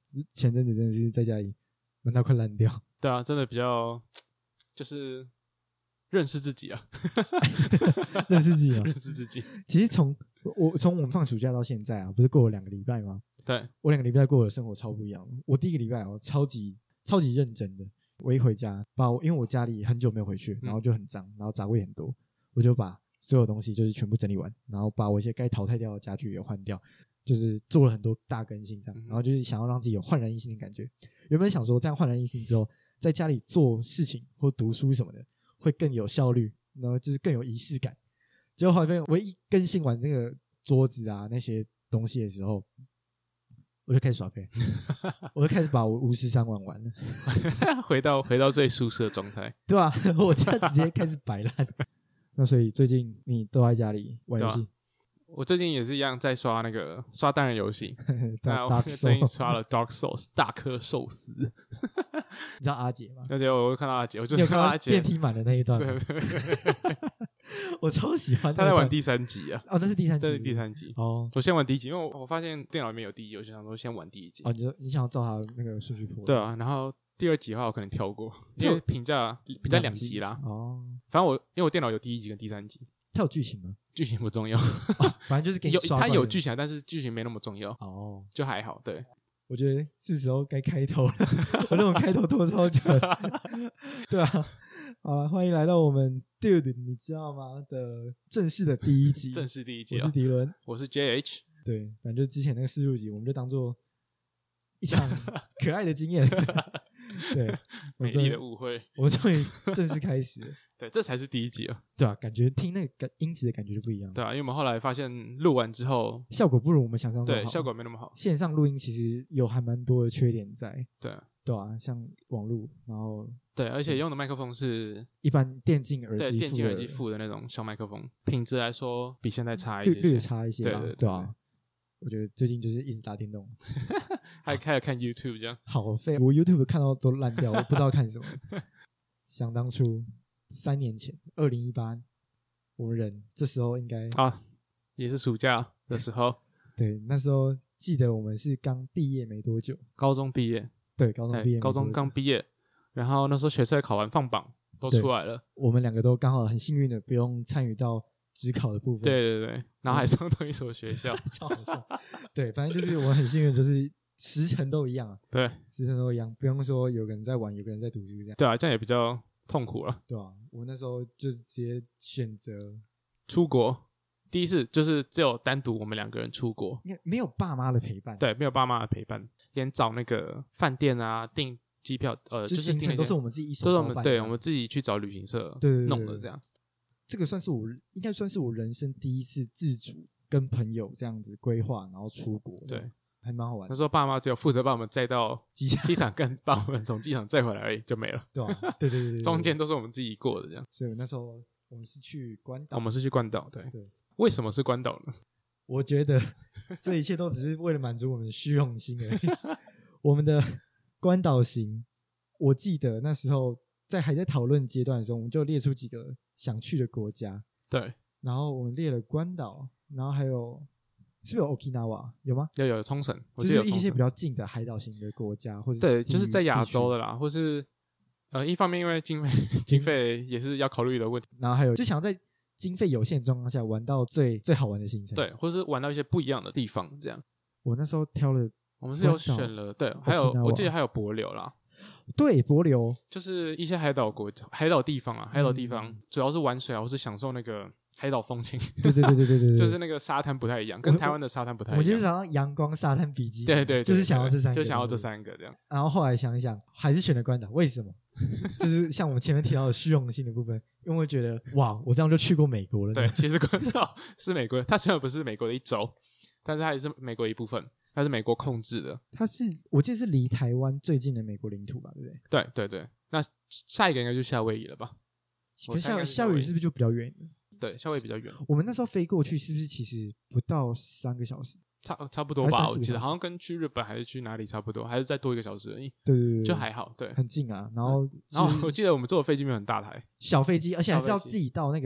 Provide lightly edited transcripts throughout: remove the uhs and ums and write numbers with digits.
前阵子真的是在家里闷到快烂掉。 对啊，真的比较就是认识自己啊， 认识自己吗？ 认识自己。 其实从我们放暑假到现在啊，不是过了2个礼拜吗？ 对， 我2个礼拜过的生活超不一样。我第一个礼拜超级认真的，我一回家因为我家里很久没有回去，然后就很脏，然后杂味很多，我就把所有东西就是全部整理完，然后把我一些该淘汰掉的家具也换掉，就是做了很多大更新这样，然后就是想要让自己有焕然一新的感觉。原本想说这样焕然一新之后，在家里做事情或读书什么的会更有效率，然后就是更有仪式感。结果后来发现，我一更新完那个桌子啊那些东西的时候，我就开始耍废，我就开始把我513玩了， 回到最舒适的状态， 对吧、我这样直接开始摆烂。那所以最近你都在家里玩游戏？ 我最近也是一样在刷单人游戏，那我最近刷了 Dark Souls 大颗寿司。 你知道阿杰吗？ 对，我看到阿杰，我就你有看到阿杰电梯满的那一段吗？ 对我超喜欢他在玩第3集啊。 哦，那是第3集， 这是第3集哦。我先玩第1集，因为我发现电脑里面有第1集，我就想说先玩第1集。 哦，你想要照他那个顺序播？ 对啊，然后第2集的话我可能跳过，因为评价比较2集啦。 哦， 反正因为我电脑有第1集跟第3集。 它有剧情吗？ 剧情不重要， 反正就是给你刷。 它有剧情，但是剧情没那么重要。 哦， 就还好。对， 我觉得是时候该开头了。我那种开头拖超久的。对啊，好了，欢迎来到我们 Dude 你知道吗的正式的第1集。 正式第1集。 我是迪伦， 我是 JH。 对，反正就之前那个试录集，我们就当做一场可爱的经验。对， 美丽的误会， 我们终于正式开始了。 对，这才是第1集啊。 对啊，感觉听那个音质的感觉就不一样。 对啊，因为我们后来发现录完之后效果不如我们想象中好。 对，效果没那么好。 线上录音其实有还蛮多的缺点在。 对啊，像网路，然后对，而且用的麦克风是一般电竞耳机附的那种小麦克风，品质来说比现在差一些， 略差一些。对啊。我觉得最近就是一直打电动， 还开始看 YouTube 这样， 好废！我 YouTube 看到都烂掉，我不知道看什么。想当初3年前，2018，我们人这时候应该也是暑假的时候。 对，那时候记得我们是刚毕业没多久， 高中毕业。 对，高中毕业， 高中刚毕业，然后那时候学测考完放榜都出来了， 我们2个都刚好很幸运的不用参与到指考的部分。 对，然后还上同一所学校， 超好笑。对，反正就是我很幸运，就是时程都一样啊。 对， 时程都一样，不用说有个人在玩，有个人在读书这样。 对啊，这样也比较痛苦了。 对啊，我那时候就是直接选择出国。第一次就是只有单独我们2个人出国， 没有爸妈的陪伴。 对，没有爸妈的陪伴，连找那个饭店啊、订机票，就是行程都是我们自己一手包办， 都是我们自己去找旅行社弄的这样。 这个应该算是我人生第一次自主跟朋友这样子规划，然后出国。 对， 还蛮好玩的。 那时候爸妈只有负责把我们载到机场，跟把我们从机场载回来而已，就没了。 对啊，对， 中间都是我们自己过的这样。 所以那时候我们是去关岛。 我们是去关岛，对。为什么是关岛呢？ 我觉得这一切都只是为了满足我们的虚荣心而已。我们的关岛行，我记得那时候还在讨论阶段的时候，我们就列出几个想去的国家。 对， 然后我们列了关岛，然后还有是不是有 Okinawa 有吗？ 有冲绳， 就是一些比较近的海岛型的国家，或者对，就是在亚洲的啦，或是一方面因为经费也是要考虑的问题， 然后还有就想要在经费有限的状况下玩到最好玩的行程， 对，或是玩到一些不一样的地方这样。 我那时候挑了， 我们是有选了，对，还有我记得还有帛琉啦。 对，帛琉就是一些海岛地方啊，海岛地方主要是玩水啊，或是享受那个海岛风情。 对， 就是那个沙滩不太一样，跟台湾的沙滩不太一样。 我就是想要阳光沙滩比基尼， 对， 就是想要这3个， 就想要这3个这样。 然后后来想一想，还是选了关岛，为什么？就是像我们前面提到的虚荣心的部分，因为我觉得哇，我这样就去过美国了。 对，其实关岛是美国，它虽然不是美国的一州，但是它也是美国的一部分。它是美国控制的， 我记得是离台湾最近的美国领土吧，对不对？对，那下一个应该就是夏威夷了吧？ 可是夏威夷是不是就比较远？ 对，夏威夷比较远。我们那时候飞过去是不是其实不到3个小时？ 差不多吧，我记得好像跟去日本还是去哪里差不多，还是再多1个小时而已。 对， 就还好，对， 很近啊。然后我记得我们坐的飞机没有很大台， 小飞机，而且还是要自己到那个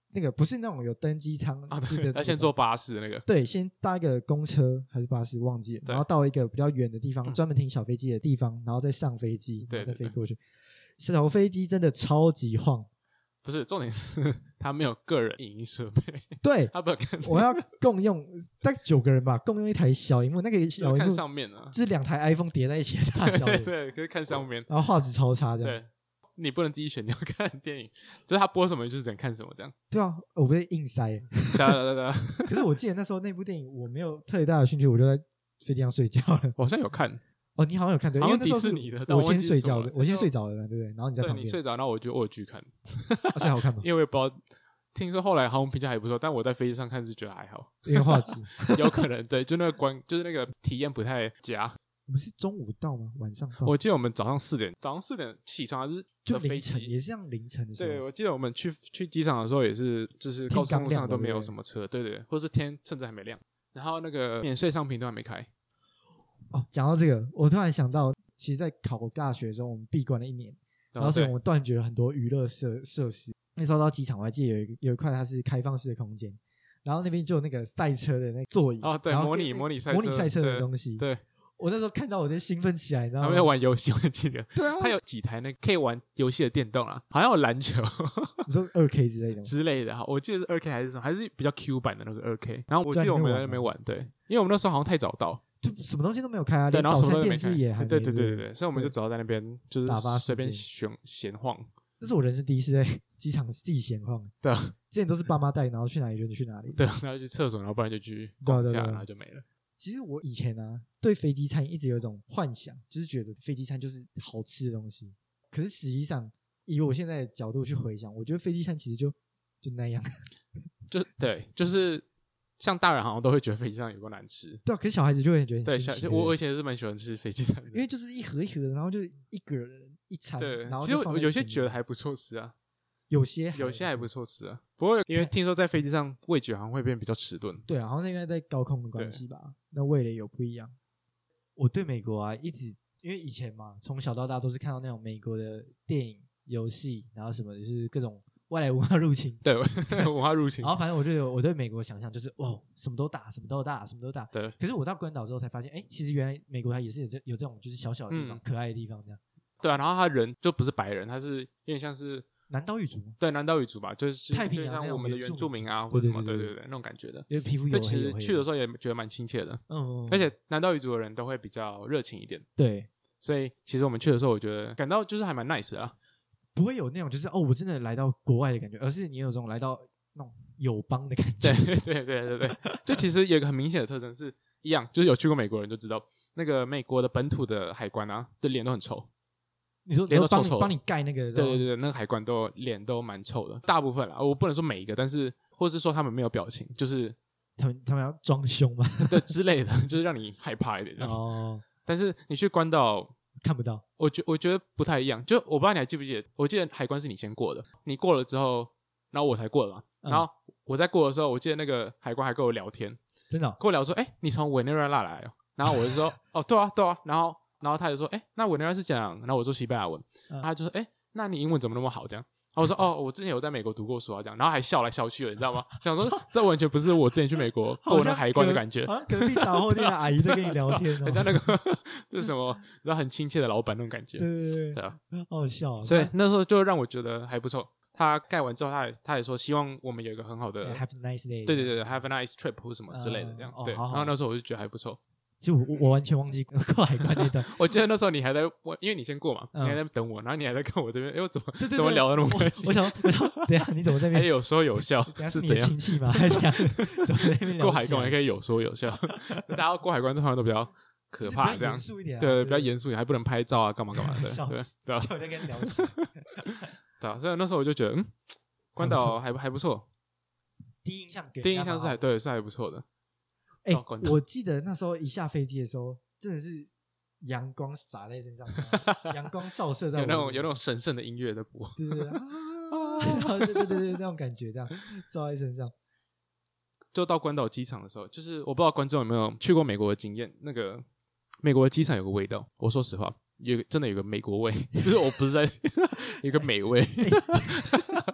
那个不是那种有登机舱啊，对，要先坐巴士的那个， 对，先搭一个公车还是巴士忘记了，然后到一个比较远的地方，专门停小飞机的地方，然后再上飞机，然后再飞过去。小飞机真的超级晃。 不是重点是他没有个人影音设备， 对， 他不我要共用大概9个人吧，共用一台小萤幕，那个小萤幕看上面啊， 就是2台 iPhone 叠在一起的大小， 对，可是看上面， 然后画质超差这样。 对，你不能自己选你要看电影，就是他播什么就是只能看什么这样。 对啊，我被硬塞。 对。 可是我记得那时候那部电影我没有特别大的兴趣，我就在飞机上睡觉了。 我好像有看。 哦，你好像有看对，因为那时候迪士尼的， 我先睡觉的，我先睡着了，对不对？然后你在旁边， 对，你睡着，然后我就去看， 所以好看吗？ 因为我也不知道，听说后来航空评价还不错，但我在飞机上看是觉得还好， 因为画质有可能对，就那个就是那个体验不太佳。 我们是中午到吗？晚上到？ 我记得我们早上4点起床还是就凌晨，也是这样凌晨的时候。 对，我记得我们去机场的时候也是，就是高速公路上都没有什么车，对，或是天甚至还没亮，然后那个免税商品都还没开。 哦，讲到这个，我突然想到，其实，在考大学的时候，我们闭关了1年，然后所以我们断绝了很多娱乐设施。那时候到机场，我还记得有一块它是开放式的空间，然后那边就有那个赛车的那个座椅， 哦，对，模拟赛车的东西。 对， 我那时候看到我就兴奋起来，你知道吗？ 他们要玩游戏，我记得。 对啊， 他有几台那可以玩游戏的电动啊，好像有篮球， 你说2K 之类的吗？ 之类的，我记得是2K 还是什么，还是比较 Q 版的那个2K。然后我记得我们在那边玩，对，因为我们那时候好像太早到。 就什么东西都没有开啊， 对，然后什么都没开， 也还没对，所以我们就只好在那边就是随便闲晃。 这是我人生第一次在机场自己闲晃。 对， 之前都是爸妈带，然后去哪里就去哪里。 对，然后去厕所，然后不然就去逛一下，然后就没了。 其实我以前啊，对飞机餐一直有一种幻想，就是觉得飞机餐就是好吃的东西。可是实际上，以我现在的角度去回想，我觉得飞机餐其实就那样。 对，就是。像大人好像都会觉得飞机上有个难吃， 对啊，可是小孩子就会觉得很新奇。对，我以前是蛮喜欢吃飞机餐的， 因为就是一盒一盒的，然后就一个人一餐。 对， 然后其实我有些觉得还不错吃啊， 有些还不错吃啊。不过因为听说在飞机上味觉好像会变比较迟钝。 对啊，好像是因为在高空的关系吧，那味蕾有不一样。我对美国啊，一直因为以前嘛，从小到大都是看到那种美国的电影、游戏，然后什么就是各种。外来文化入侵， 对文化入侵， 然后反正我对美国想象就是哇，什么都大，什么都大，什么都大。 对。 可是我到关岛之后才发现，其实原来美国它也是有这种就是小小的地方，可爱的地方这样。 对啊，然后他人就不是白人，他是有点像是南岛语族。 对，南岛语族吧，就是太平洋像我们的原住民啊，或者什么，对，那种感觉的。 因为皮肤黝黑。 其实去的时候也觉得蛮亲切的，而且南岛语族的人都会比较热情一点。 对。 所以其实我们去的时候，我觉得感到就是还蛮 nice 的啊。 不会有那种就是我真的来到国外的感觉，而是你有种来到那种友邦的感觉。 对，就其实有一个很明显的特征是一样，就是有去过美国人就知道，那个美国的本土的海关啊，的脸都很臭。 你说脸都臭臭的， 帮你盖那个？ 对，那个海关脸都蛮臭的，大部分啦，我不能说每一个，但是或是说他们没有表情，就是他们要装凶嘛， 对之类的，就是让你害怕一点。哦，但是你去关岛。 看不到， 我觉得不太一样。就我不知道你还记不记得，我记得海关是你先过的，你过了之后，然后我才过的嘛。然后我在过的时候，我记得那个海关还跟我聊天， 真的跟我聊说，你从委内瑞拉来哦。然后我就说，哦，对啊。然后他就说，那委内瑞拉是讲，然后我说西班牙文，他就说，那你英文怎么那么好这样？然后我说，我之前有在美国读过书啊，这样，然后还笑来笑去的，你知道吗？想说这完全不是我之前去美国过那个海关的感觉， 隔壁杂货店的阿姨在跟你聊天， 很像那个是什么，然后很亲切的老板那种感觉，对啊， 好笑啊。 所以那时候就让我觉得还不错。他盖完之后，他也说希望我们有一个很好的 have a nice day， 对 have a nice trip 或什么之类的这样，对。然后那时候我就觉得还不错。 其实我完全忘记过海关那段。 我记得那时候你还在，因为你先过嘛，你还在等我，然后你还在看我这边，怎么聊得那么开心？ 我想，等一下你怎么在那边？ 还有说有笑，是怎样？ 亲戚吗？还是怎样？怎么在那边聊？ 过海关还可以有说有笑，大家过海关通常都比较可怕，这样对，比较严肃一点，还不能拍照啊，干嘛的，对啊。 就在跟你聊起， 对啊，所以那时候我就觉得，关岛还不错。 第一印象是还不错的。 我记得那时候一下飞机的时候，真的是阳光洒在身上，阳光照射在有那种神圣的音乐在播， 对，对，那种感觉，这样照在身上。 就到关岛机场的时候，就是我不知道观众有没有去过美国的经验，那个美国的机场有个味道，我说实话，真的有个美国味，就是我不是在有个美味。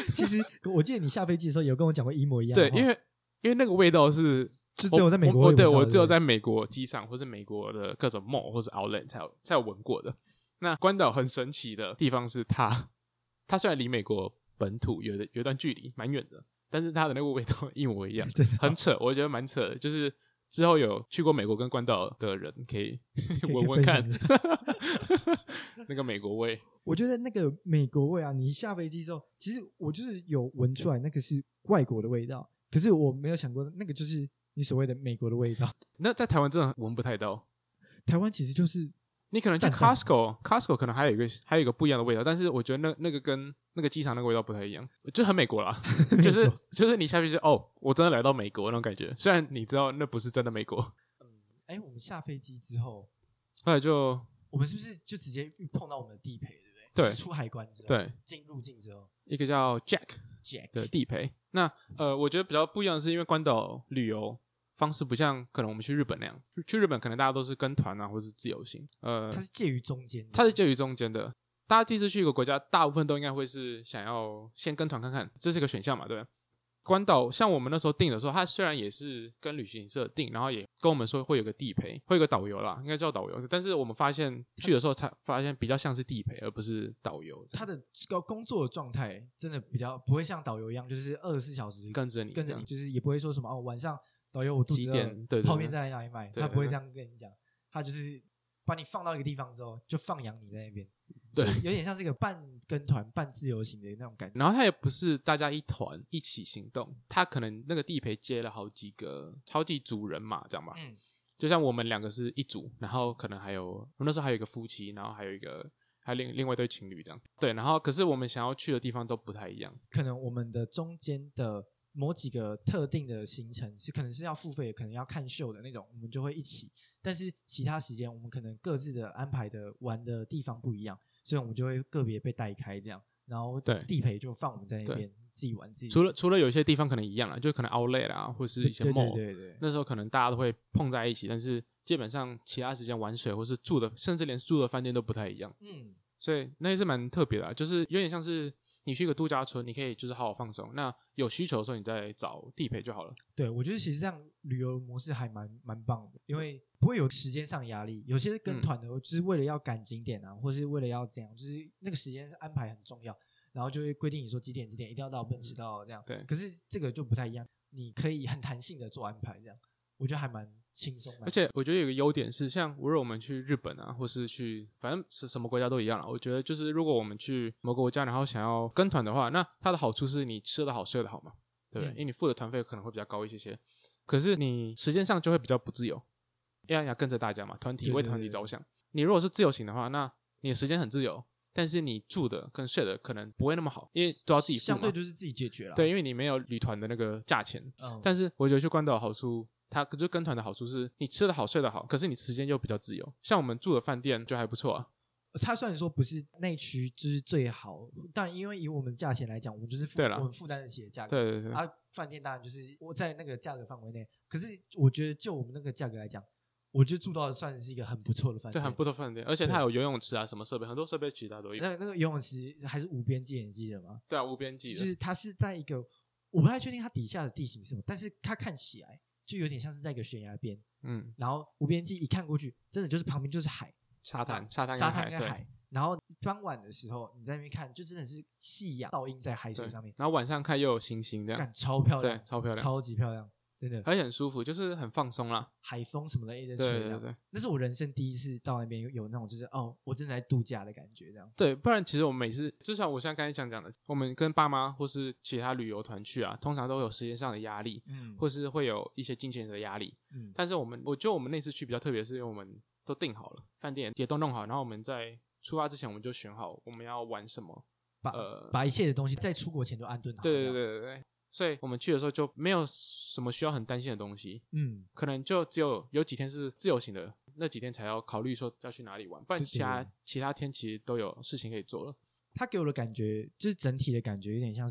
其实我记得你下飞机的时候有跟我讲过一模一样的对， 话。 因为那个味道是就只有在美国会闻到， 对， 对我只有在美国机场或是美国的各种 mall 或是 outlet 才有闻过的。那关岛很神奇的地方是它虽然离美国本土有一段距离，蛮远的，但是它的那个味道一模一样，很扯，我觉得蛮扯的。就是之后有去过美国跟关岛的人可以闻闻看那个美国味。 我觉得那个美国味啊，你下飞机之后，其实我就是有闻出来那个是外国的味道，可是我没有想过那个就是你所谓的美国的味道。 那在台湾真的闻不太到， 台湾其实就是你可能去 Costco 可能还有一个不一样的味道，但是我觉得那个跟那个机场那个味道不太一样，就很美国啦。就是你下飞机我真的来到美国那种感觉，虽然你知道那不是真的美国。 我们下飞机之后， 后来就我们是不是就直接碰到我们的地陪，对不对？ 对， 出海关之后， 对， 进入境之后， 一个叫 Jack 的地陪。那我觉得比较不一样的是，因为关岛旅游方式不像可能我们去日本那样，去日本可能大家都是跟团啊，或是自由行。 它是介于中间的， 它是介于中间的。大家第一次去一个国家，大部分都应该会是想要先跟团看看，这是一个选项嘛，对不对？关岛像我们那时候订的时候，它虽然也是跟旅行社订，然后也跟我们说会有个地陪，会有个导游啦，应该叫导游。但是我们发现去的时候才发现比较像是地陪，而不是导游。 他的工作的状态真的比较不会像导游一样，就是24小时跟着你，就是也不会说什么晚上导游我肚子饿， 对， 泡面在哪里买，他不会这样跟你讲，他就是把你放到一个地方之后就放养你在那边。对，有点像是一个半跟团半自由行的那种感觉。 然后他也不是大家一团一起行动，他可能那个地陪接了好几组人嘛，这样吧。就像我们2个是一组，然后可能我们那时候还有一个夫妻，然后还有另外一对情侣这样。对，然后可是我们想要去的地方都不太一样， 可能我们的中间的某几个特定的行程可能是要付费，可能要看秀的那种，我们就会一起。但是其他时间我们可能各自的安排的玩的地方不一样，所以我们就会个别被带开这样。然后地陪就放我们在那边自己玩自己。除了有一些地方可能一样啦，就可能 outlet 啊，或是一些 mall， 对， 那时候可能大家都会碰在一起，但是基本上其他时间玩水或是住的，甚至连住的饭店都不太一样。所以那也是蛮特别的啦，就是有点像是你去一个度假村，你可以就是好好放松，那有需求的时候你再找地陪就好了。 对，我觉得其实这样旅游模式还蛮棒的，因为不会有时间上压力。有些跟团的就是为了要赶景点啊，或是为了要这样，就是那个时间是安排很重要，然后就会规定你说几点一定要到，不能迟到这样。 对， 可是这个就不太一样，你可以很弹性的做安排这样。我觉得还蛮轻松的。 而且我觉得有一个优点是，像如果我们去日本啊，或是去反正什么国家都一样啦，我觉得就是如果我们去某个国家，然后想要跟团的话，那它的好处是你吃得好睡得好嘛，对不对？因为你付的团费可能会比较高一些，可是你时间上就会比较不自由，因为你要跟着大家嘛，团体为团体着想。你如果是自由行的话，那你的时间很自由，但是你住的跟睡的可能不会那么好，因为都要自己付嘛， 相对就是自己解决了。 对，因为你没有旅团的那个价钱。但是我觉得去关岛的好处，它就跟团的好处是你吃得好睡得好，可是你时间又比较自由。像我们住的饭店就还不错啊。 它虽然说不是内区就是最好，但因为以我们价钱来讲，我们就是我们负担得起的价格。 对。 饭店当然就是我在那个价格范围内，可是我觉得就我们那个价格来讲，我觉得住到的算是一个很不错的饭店， 对，很不错的饭店，而且它有游泳池啊，什么设备，很多设备其他都有。 那个游泳池还是无边际，你记得吗？ 对啊，无边际的。 就是它是在一个，我不太确定它底下的地形是什么，但是它看起来就有点像是在一个悬崖边，然后无边际一看过去，真的就是旁边就是海， 沙滩跟海。 然后傍晚的时候，你在那边看，就真的是夕阳倒映在海水上面。 然后晚上看又有星星，这样超漂亮， 对，超漂亮， 超级漂亮，真的， 而且很舒服，就是很放松啦。 海风什么的一直吹，对，那是我人生第一次到那边有那种就是我真的在度假的感觉，这样。 对，不然其实我们每次，就像我像刚才讲的，我们跟爸妈或是其他旅游团去啊，通常都有时间上的压力，或是会有一些金钱的压力，但是我觉得我们那次去比较特别，是因为我们都订好了，饭店也都弄好，然后我们在出发之前我们就选好我们要玩什么， 把一切的东西在出国前都安顿好。 对，所以我们去的时候就没有什么需要很担心的东西，可能就只有几天是自由行的，那几天才要考虑说要去哪里玩，不然其他天其实都有事情可以做了。 他给我的感觉就是整体的感觉有点像是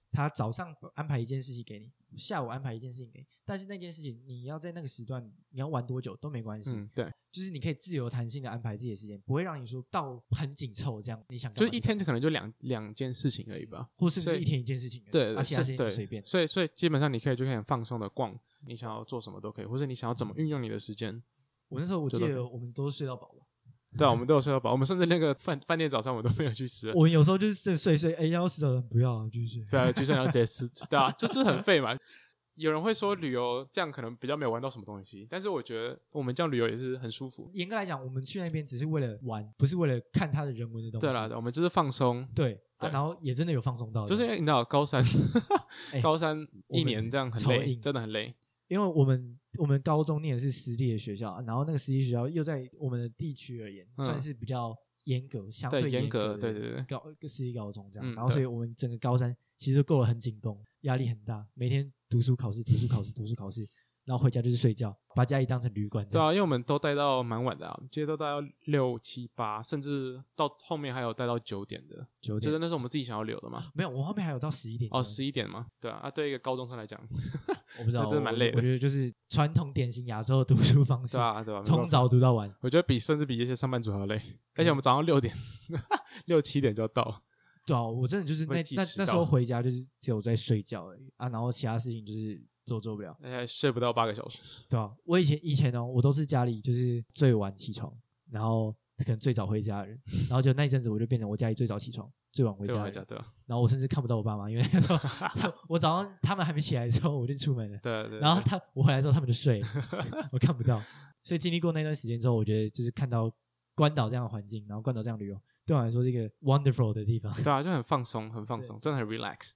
他早上安排一件事情给你，下午安排一件事情给你，但是那件事情你要在那个时段你要玩多久都没关系， 对， 就是你可以自由弹性的安排自己的时间，不会让你说到很紧凑这样，你想就是一天就可能就两件事情而已吧， 或甚至一天一件事情而已， 对， 其他时间就随便。 所以基本上你可以就可以很放松的逛，你想要做什么都可以，或者你想要怎么运用你的时间。 我那时候我记得我们都睡到饱吧。 对啊，我们都有睡到饱，我们甚至那个饭店早餐我们都没有去吃。 我们有时候就是睡，要吃早餐不要继续睡。 对啊，继续然后直接吃，对啊，就是很废嘛。有人会说旅游这样可能比较没有玩到什么东西，但是我觉得我们这样旅游也是很舒服。 严格来讲，我们去那边只是为了玩，不是为了看它的人文的东西。 对啦，我们就是放松。 对，然后也真的有放松到， 就是因为你知道高三，高三一年这样很累，真的很累。 因为我们高中念的是私立的学校，然后那个私立学校又在我们的地区而言，算是比较严格，相对严格， 对， 私立高中这样，然后所以我们整个高三其实过得很紧绷，压力很大，每天读书考试，然后回家就是睡觉，把家里当成旅馆。 对啊，因为我们都待到蛮晚的啊，接着都待到6、7、8，甚至到后面还有待到9点的。9点，就是那是我们自己想要留的嘛？ 没有，我后面还有到11点。 哦，11点吗？对啊，对一个高中生来讲， 我不知道， 真的蛮累的。 我觉得就是传统典型亚洲的读书方式， 对啊， 从早读到晚。 我觉得甚至比一些上班族还要累，而且我们早上6点、6、7点就要到。 对啊，我真的就是那时候回家就是只有在睡觉而已啊，然后其他事情就是做不了， 睡不到8个小时。 对啊，我以前哦，我都是家里就是最晚起床，然后可能最早回家的人，然后就那一阵子我就变成我家里最早起床、最晚回家的人， 对啊。 然后我甚至看不到我爸妈，因为那时候我早上他们还没起来的时候我就出门了， 对， 然后我回来之后他们就睡了，我看不到，所以经历过那段时间之后，我觉得就是看到关岛这样的环境，然后关岛这样旅游，对我来说是一个 wonderful 的地方。 对啊，就很放松，真的很 relax。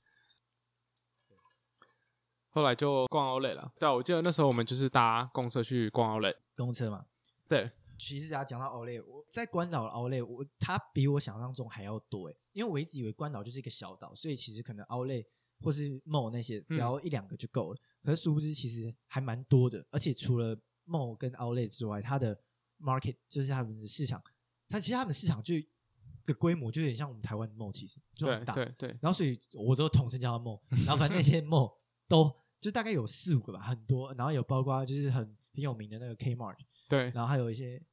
后来就逛outlet了，对啊，我记得那时候我们就是搭公车去逛outlet， 公车嘛。 对， 其实讲到outlet，我在关岛的outlet，它比我想象中还要多诶，因为我一直以为关岛就是一个小岛，所以其实可能outlet或是 mall 那些只要1-2个就够了。可是殊不知其实还蛮多的，而且除了 mall 跟 outlet 之外，它的 market 就是他们的市场，其实他们的市场就的规模就有点像我们台湾的 mall， 其实就很大。对。然后所以我都统称叫它 mall， 然后反正那些 mall 都就大概有4-5个吧，很多。然后有包括就是很有名的那个 Kmart， 对，然后还有一些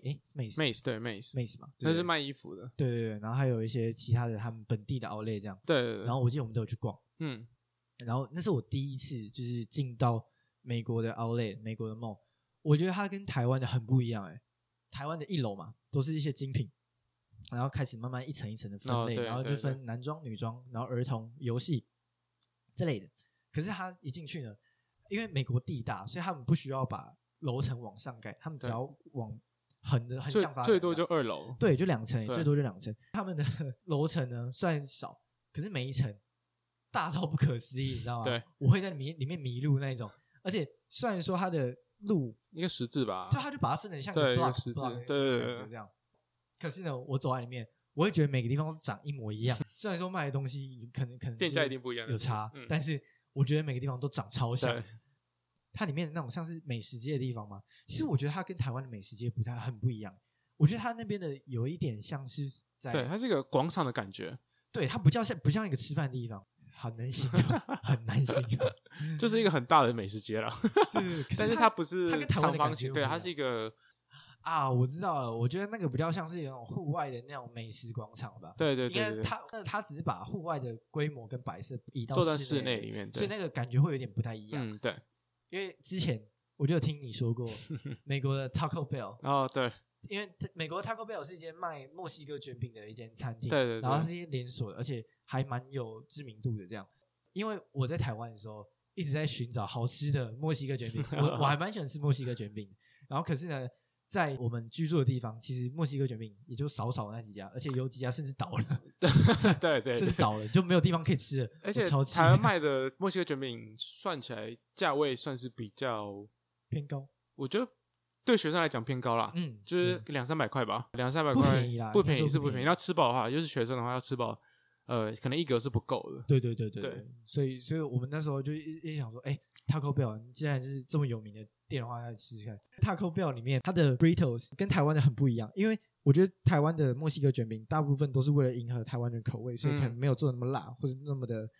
Mace， 对 Mace 嘛， 那是卖衣服的。 对，然后还有一些其他的他们本地的 outlet 这样。 对。 然后我记得我们都有去逛，然后那是我第一次就是进到美国的 outlet， 美国的 mall， 我觉得它跟台湾的很不一样诶。台湾的1楼嘛，都是一些精品，然后开始慢慢一层一层的分类，然后就分男装、女装，然后儿童、游戏之类的。可是他一进去呢，因为美国地大，所以他们不需要把楼层往上盖，他们只要往横向发展， 最多就2楼， 对，就2层，最多就2层。他们的楼层呢虽然少，可是每一层大到不可思议，你知道吗？对，我会在里面迷路那一种。而且虽然说它的路一个十字吧， 就他就把它分成像一个十字，对， 这样。可是呢，我走在里面，我会觉得每个地方都长一模一样。虽然说卖的东西可能店家一定不一样， 有差，但是我觉得每个地方都长超像。它里面的那种像是美食街的地方嘛，其实我觉得它跟台湾的美食街很不一样。我觉得它那边的有一点像是在， 对，它是一个广场的感觉。 对，它不像一个吃饭的地方。很难形容，很难形容， 就是一个很大的美食街了。 对， 但是它不是长方形，对，它是一个我知道了。我觉得那个比较像是那种户外的那种美食广场吧。 对， 因为它只是把户外的规模跟摆设移到做在室内里面， 所以那个感觉会有点不太一样。 对， 因为之前我就有听你说过美国的 Taco Bell。 哦，对。 因为美国 Taco Bell 是一间卖墨西哥卷饼的一间餐厅， 对， 然后它是一间连锁的，而且还蛮有知名度的这样。因为我在台湾的时候一直在寻找好吃的墨西哥卷饼，我还蛮喜欢吃墨西哥卷饼。然后可是呢，在我们居住的地方，其实墨西哥卷饼也就少那几家，而且有几家甚至倒了。 对， 甚至倒了，就没有地方可以吃了。 而且台湾卖的墨西哥卷饼算起来价位算是比较偏高， 我觉得。对学生来讲偏高啦，就是200-300块吧，200-300块不便宜是不便宜。要吃饱的话，就是学生的话要吃饱，可能1格是不够的。 对，所以我们那时候就一直想说，Taco Bell 既然是这么有名的店的话，要吃吃看。Taco Bell 里面它的 burritos 跟台湾的很不一样，因为我觉得台湾的墨西哥卷饼大部分都是为了迎合台湾人口味，所以可能没有做的那么辣，或者那么的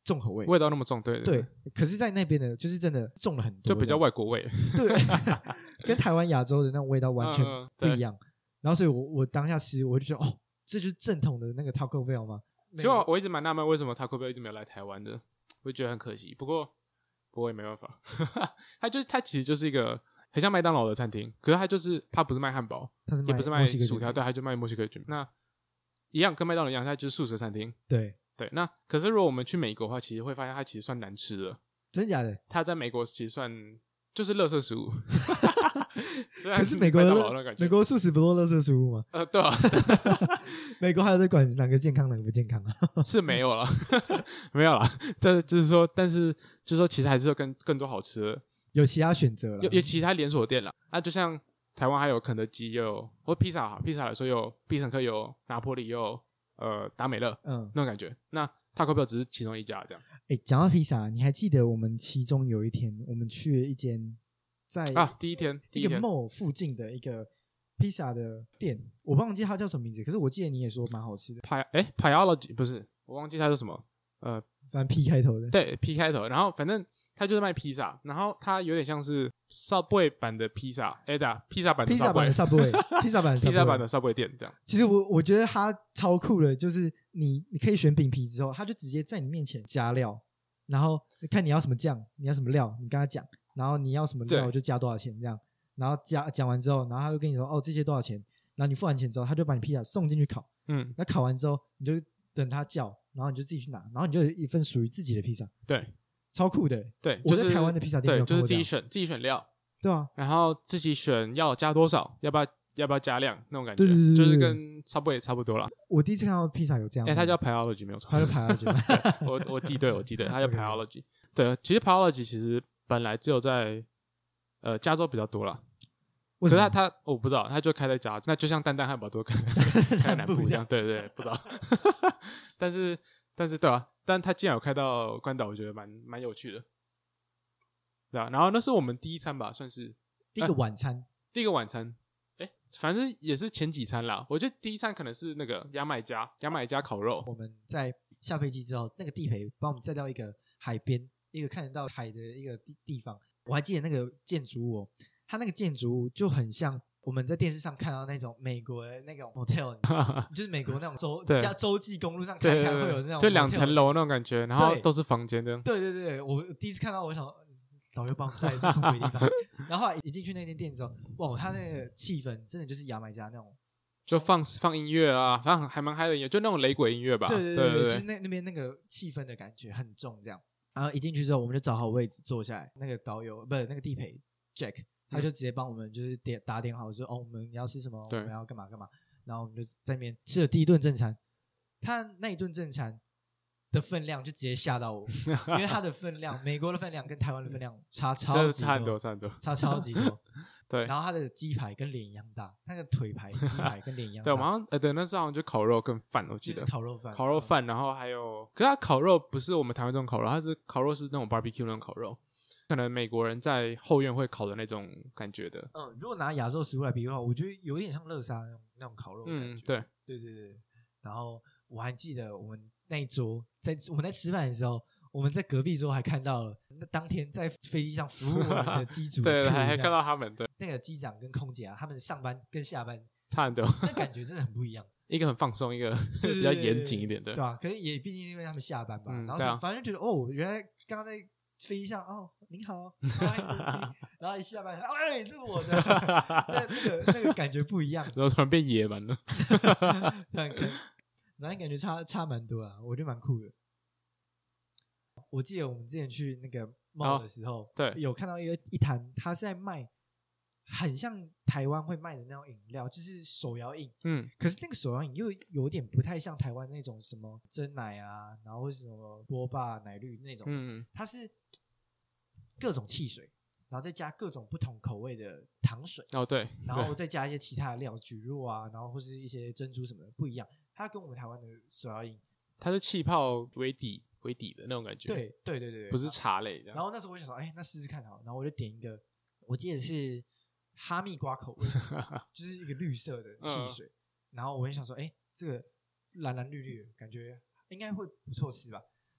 重口味， 味道那么重，对对。可是，在那边的，就是真的重了很多， 就比较外国味， 对，跟台湾亚洲的那种味道完全不一样。然后，所以我当下吃，我就觉得哦，这就是正统的那个 Taco Bell 吗？ 其实我一直蛮纳闷，为什么 Taco Bell 一直没有来台湾的，我就觉得很可惜。不过也没办法，它其实就是一个很像麦当劳的餐厅，可是它不是卖汉堡，也不是卖薯条，对，它就卖墨西哥卷。那一样跟麦当劳一样，它就是素食餐厅。 对。 那可是如果我们去美国的话，其实会发现它其实算难吃的。 真的假的？ 它在美国其实算就是垃圾食物。 可是美国素食不都垃圾食物吗？ 对啊。 美国还有在管哪个健康哪个不健康啊？ 是没有了，没有了。这就是说，但是就是说，其实还是有更多好吃的， 有其他选择了， 有其他连锁店了。就像台湾还有肯德基，有或披萨来说有必胜客，有拿坡里，有达美乐，那种感觉。那 Taco Bell 只是其中一家这样。 讲到披萨，你还记得我们其中有一天我们去了一间在第一天一个 mall 附近的一个披萨的店，我忘记它叫什么名字，可是我记得你也说蛮好吃的。 Pyology 不是，我忘记它叫什么， 反正 P 开头的， 对 P 开头，然后反正它就是卖披萨，然后它有点像是 Subway 版的披萨，披萨版的 Subway， 披萨版的 Subway 店这样。 其实我觉得它超酷的，就是你可以选饼皮之后，它就直接在你面前加料，然后看你要什么酱，你要什么料，你跟他讲，然后你要什么料就加多少钱这样，然后讲完之后，然后他就跟你说哦这些多少钱，然后你付完钱之后，他就把你披萨送进去烤，那烤完之后你就等他叫，然后你就自己去拿，然后你就有一份属于自己的披萨， 对， 超酷的。 对， 我在台湾的披萨店没有看过这样， 就是自己选料， 对啊， 然后自己选要加多少，要不要加量那种感觉， 对， 就是跟 Subway 差不多啦。 我第一次看到披萨有这样， 它叫 Pyology 没有错， 它叫 Pyology， 我记对，它叫 Pyology。对，其实 Pyology 其实本来只有在加州比较多啦。可是它我不知道，它就开在加州，那就像蛋蛋汉堡都开在南部一样，对，不知道。但是对啊，但它既然有开到关岛，我觉得蛮有趣的，对啊。然后那是我们第一餐吧，算是第一个晚餐， 反正也是前几餐啦。我觉得第一餐可能是那个牙买加烤肉。 我们在下飞机之后，那个地陪把我们载到一个海边，一个看得到海的一个地方。我还记得那个建筑物它那个建筑物就很像我们在电视上看到那种美国的那种 motel， 就是美国那种洲际公路上开会有那种 motel， 就2层楼那种感觉，然后都是房间的。 对，我第一次看到，我想导游帮我们载这什么鬼地方？然后后来一进去那间店之后，哇，它那个气氛真的就是牙买加那种， 就放音乐啊，反正还蛮嗨的音乐，就那种雷鬼音乐吧。 对，就是那边那个气氛的感觉很重，这样。然后一进去之后，我们就找好位置坐下来，那个导游不是那个地陪 Jack， 他就直接帮我们就是打点好，说我们要吃什么，我们要干嘛，然后我们就在那边吃了第一顿正餐。他那一顿正餐的分量就直接吓到我，因为它的分量，美国的分量跟台湾的分量差超级多，差超级多。对，然后它的鸡排跟脸一样大，那个腿排鸡排跟脸一样大。 对，我们好像对，那时候好像就烤肉跟饭，我记得烤肉饭，然后还有，可是它烤肉不是我们台湾这种烤肉，它是烤肉是那种 barbecue 那种烤肉，可能美国人在后院会烤的那种感觉的。 如果拿亚洲食物来比的话，我觉得有点像乐沙那种烤肉的感觉。对。然后我还记得我们那一桌，我们在吃饭的时候，我们在隔壁桌还看到了当天在飞机上服务我们的机组， 对，还看到他们，对， 那个机长跟空姐他们上班跟下班差很多， 那感觉真的很不一样。 一个很放松，一个比较严谨一点的， 对啊，可是也毕竟是因为他们下班吧，然后反正觉得原来刚刚在飞机上您好，然后一下班，这是我的，那个感觉不一样， 然后突然变野蛮了， 然后感觉差蛮多啊，我觉得蛮酷的。我记得我们之前去那个 mall 的时候， 对， 有看到一摊，他是在卖很像台湾会卖的那种饮料，就是手摇饮。可是那个手摇饮又有点不太像台湾那种什么珍奶啊，然后或是什么波霸奶绿那种。它是各种汽水，然后再加各种不同口味的糖水。 对， 然后再加一些其他的料，蒟蒻啊，然后或是一些珍珠什么的不一样。它跟我们台湾的手摇饮，它是气泡为底的那种感觉。 对， 不是茶类的。 然后那时候我就想说，那试试看好，然后我就点一个，我记得是哈密瓜口味，就是一个绿色的汽水。然后我就想说，这个蓝蓝绿绿的感觉应该会不错吃吧。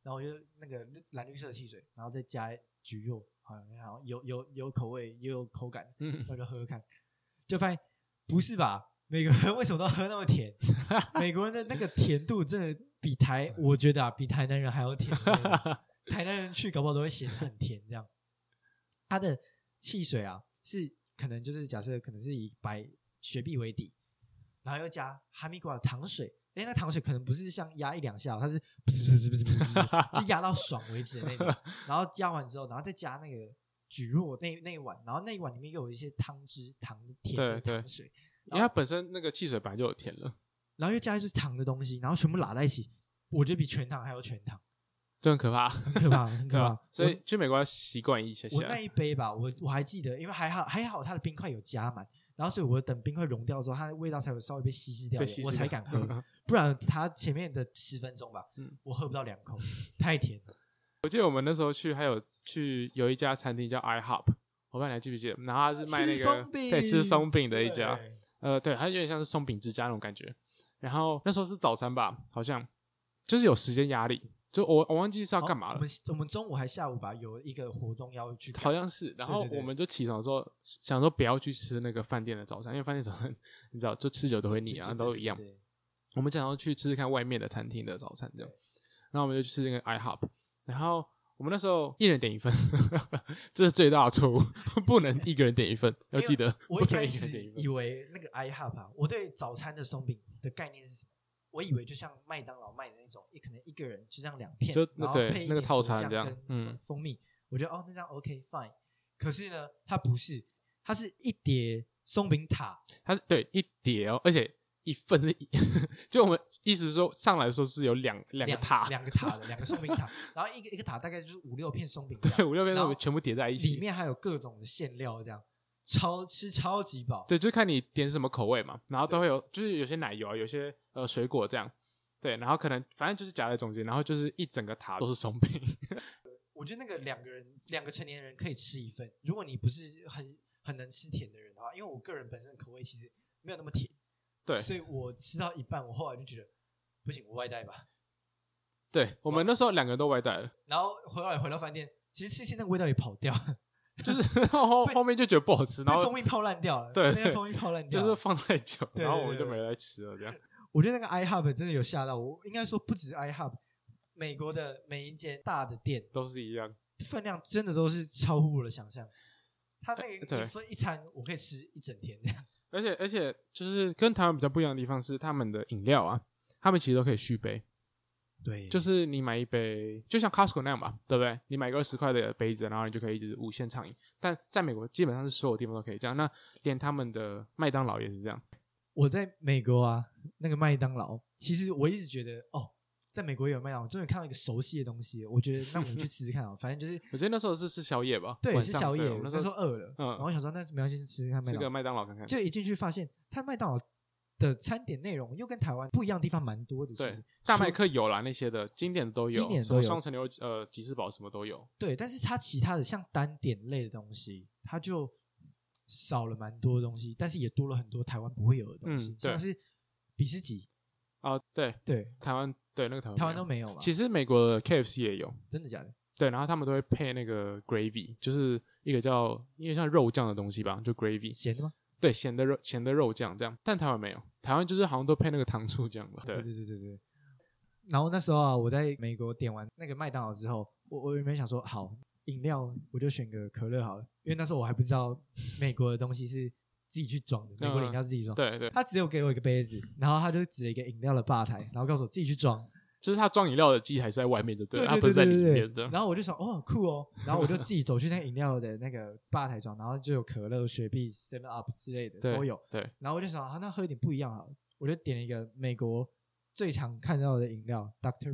然后我就那个蓝绿色的汽水，然后再加橘肉，好像有口味也有口感，我就喝喝看，就发现不是吧？美国人为什么都喝那么甜？美国人的那个甜度真的比我觉得啊，比台南人还要甜。台南人去搞不好都会嫌很甜这样。它的汽水啊，是可能就是假设可能是以白雪碧为底，然后又加哈密瓜的糖水。那糖水可能不是像压1-2下，它是不是就压到爽为止的那种。然后加完之后，然后再加那个蒟蒻那一碗，然后那一碗里面又有一些糖汁、甜的糖水。 因为它本身那个汽水本来就有甜了， 然后又加一堆糖的东西，然后全部拉在一起，我觉得比全糖还要全糖， 就很可怕， 很可怕，很可怕。 所以去美国要习惯一下。 我那一杯吧，我还记得，因为还好它的冰块有加满，然后所以我等冰块融掉之后，它的味道才有稍微被稀释掉，我才敢喝，不然它前面的10分钟吧，我喝不到2口，太甜了。 我记得我们那时候还有去有一家餐厅叫 IHOP， 我不知道你还记不记得，然后它是卖那个吃松饼的一家。对，它有点像是松饼之家那种感觉。然后那时候是早餐吧，好像就是有时间压力，就我忘记是要干嘛了。 我们中午还下午吧，有一个活动要去， 好像是。然后我们就起床的时候想说不要去吃那个饭店的早餐，因为饭店早餐你知道，就吃久都会腻啊，都一样。我们想要去吃吃看外面的餐厅的早餐这样。然后我们就去吃那个 IHOP， 然后我们那时候一人点1份，这是最大的错误，不能一个人点1份，要记得。 我一开始以为那个 IHOP 啊，我对早餐的松饼的概念是什么？我以为就像麦当劳卖的那种，可能一个人就这样2片， 就然后配那个套餐这样， 蜂蜜，我觉得这样 OK fine。可是呢，它不是，它是一叠松饼塔， 它是对一叠哦，而且1份是就我们意思是说上来的时候是有两个塔 ，2个塔的2个松饼塔，然后一个塔大概就是5-6片松饼， 对，5-6片松饼全部叠在一起， 里面还有各种的馅料，这样吃超级饱。 对，就看你点什么口味嘛，然后都会有，就是有些奶油啊，有些水果这样，对，然后可能反正就是夹在中间，然后就是一整个塔都是松饼。 我觉得那个2个成年人可以吃1份，如果你不是很能吃甜的人的话，因为我个人本身的口味其实没有那么甜。 对， 所以我吃到一半，我后来就觉得不行，我外带吧。 对，我们那时候2个人都外带了， 然后回到饭店，其实那个味道也跑掉了， 就是后面就觉得不好吃，然后蜂蜜泡烂掉了， 对， 蜂蜜泡烂掉了，就是放太久， 然后我们就没来吃了。这样， 我觉得那个 IHOP 真的有吓到我，应该说不止 IHOP， 美国的每一间大的店都是一样， 分量真的都是超乎我的想象。它那个一餐我可以吃1整天这样。 而且就是跟台湾比较不一样的地方是，他们的饮料啊，他们其实都可以续杯。 对， 就是你买一杯，就像 Costco 那样吧，对不对？你买个20块的杯子，然后你就可以一直无限畅饮。但在美国，基本上是所有地方都可以这样。那连他们的麦当劳也是这样。 我在美国啊，那个麦当劳，其实我一直觉得在美国有麦当劳，终于看到一个熟悉的东西，我觉得那我们去吃吃看反正就是， 我觉得那时候是吃宵夜吧， 对，是宵夜。 我那时候饿了，然后想说那没关系，吃吃看麦当劳， 吃个麦当劳看看。 就一进去发现，他麦当劳的餐点内容又跟台湾不一样的地方蛮多的。 对，大麦克有啦，那些的经典的都有，什么双层牛吉士堡什么都有。 对，但是它其他的像单点类的东西，它就少了蛮多的东西，但是也多了很多台湾不会有的东西，像是比斯吉。 对，台湾对那个台湾都没有嘛。 其实美国的 KFC 也有， 真的假的？ 对，然后他们都会配那个 gravy， 就是一个因为像肉酱的东西吧，就 gravy。 咸的吗？ 对，咸的肉酱这样，但台湾没有，台湾就是好像都配那个糖醋酱吧。对。 然后那时候啊，我在美国点完那个麦当劳之后，我原本想说，好，饮料我就选个可乐好了，因为那时候我还不知道美国的东西是自己去装的，美国的饮料是自己装。 对， 他只有给我一个杯子，然后他就指了一个饮料的吧台，然后告诉我自己去装。 就是他装饮料的机台是在外面的，对，他不是在里面的。 然后我就想，酷哦，然后我就自己走去那个饮料的那个吧台装，然后就有可乐、雪碧、7 Up 之类的都有。 对。 然后我就想，那喝一点不一样好了，我就点了一个美国最常看到的饮料 Dr.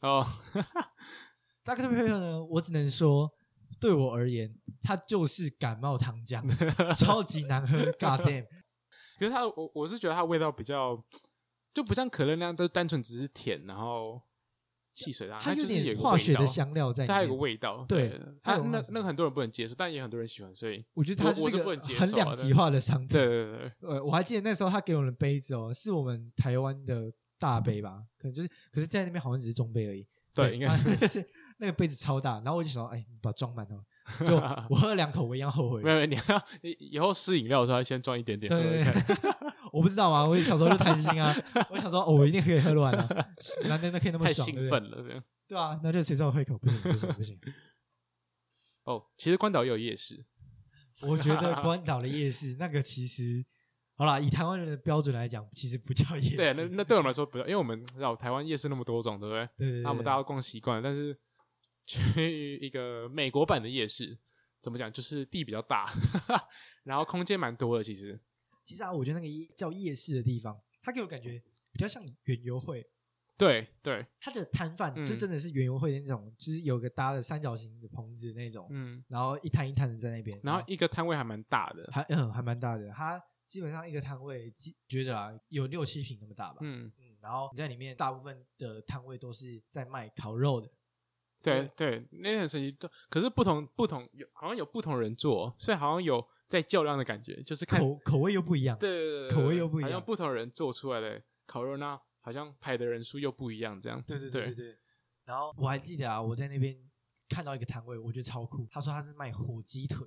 Pepper。Dr. Pepper 呢，我只能说，对我而言，它就是感冒糖浆，超级难喝 ，God damn！ 可是我是觉得它味道比较。就不像可乐那样，都单纯只是甜，然后汽水它有点化学的香料在里面， 它有个味道。 对， 那个很多人不能接受，但也很多人喜欢，所以我觉得它是不能接受很两极化的商品。 对。 我还记得那时候他给我们的杯子是我们台湾的大杯吧，可是在那边好像只是中杯而已。 对，应该是那个杯子超大，然后我就想说，哎，你把它装满哦。就我喝了2口，我一样后悔。 没有，你以后试饮料的时候要先装一点点喝喝看。 我不知道嘛，我小时候就贪心啊，我想说，我一定可以喝得完啊，男的可以那么爽， 太兴奋了，这样。 对啊，那就谁知道我喝一口，不行。 哦，其实关岛也有夜市。 我觉得关岛的夜市那个其实，好啦，以台湾人的标准来讲，其实不叫夜市。 对，那对我们来说不叫，因为我们知道台湾夜市那么多种，对不对？ 对。 那我们大家都逛习惯了，但是去一个美国版的夜市，怎么讲？就是地比较大，然后空间蛮多的。其实啊，我觉得那个叫夜市的地方，它给我感觉比较像园游会。 对， 它的摊贩是真的是园游会的那种，就是有个搭的三角形的棚子那种，然后一摊一摊的在那边， 然后一个摊位还蛮大的， 还蛮大的。它基本上一个摊位觉得啦有6-7坪那么大吧，然后你在里面大部分的摊位都是在卖烤肉的。 对，那很神奇。可是不同好像有不同人做，所以好像有在较量的感觉，就是看口味又不一样。 对， 口味又不一样， 好像不同人做出来的烤肉，那好像排的人数又不一样，这样。 对。然后我还记得啊，我在那边看到一个摊位，我觉得超酷。他说他是卖火鸡腿。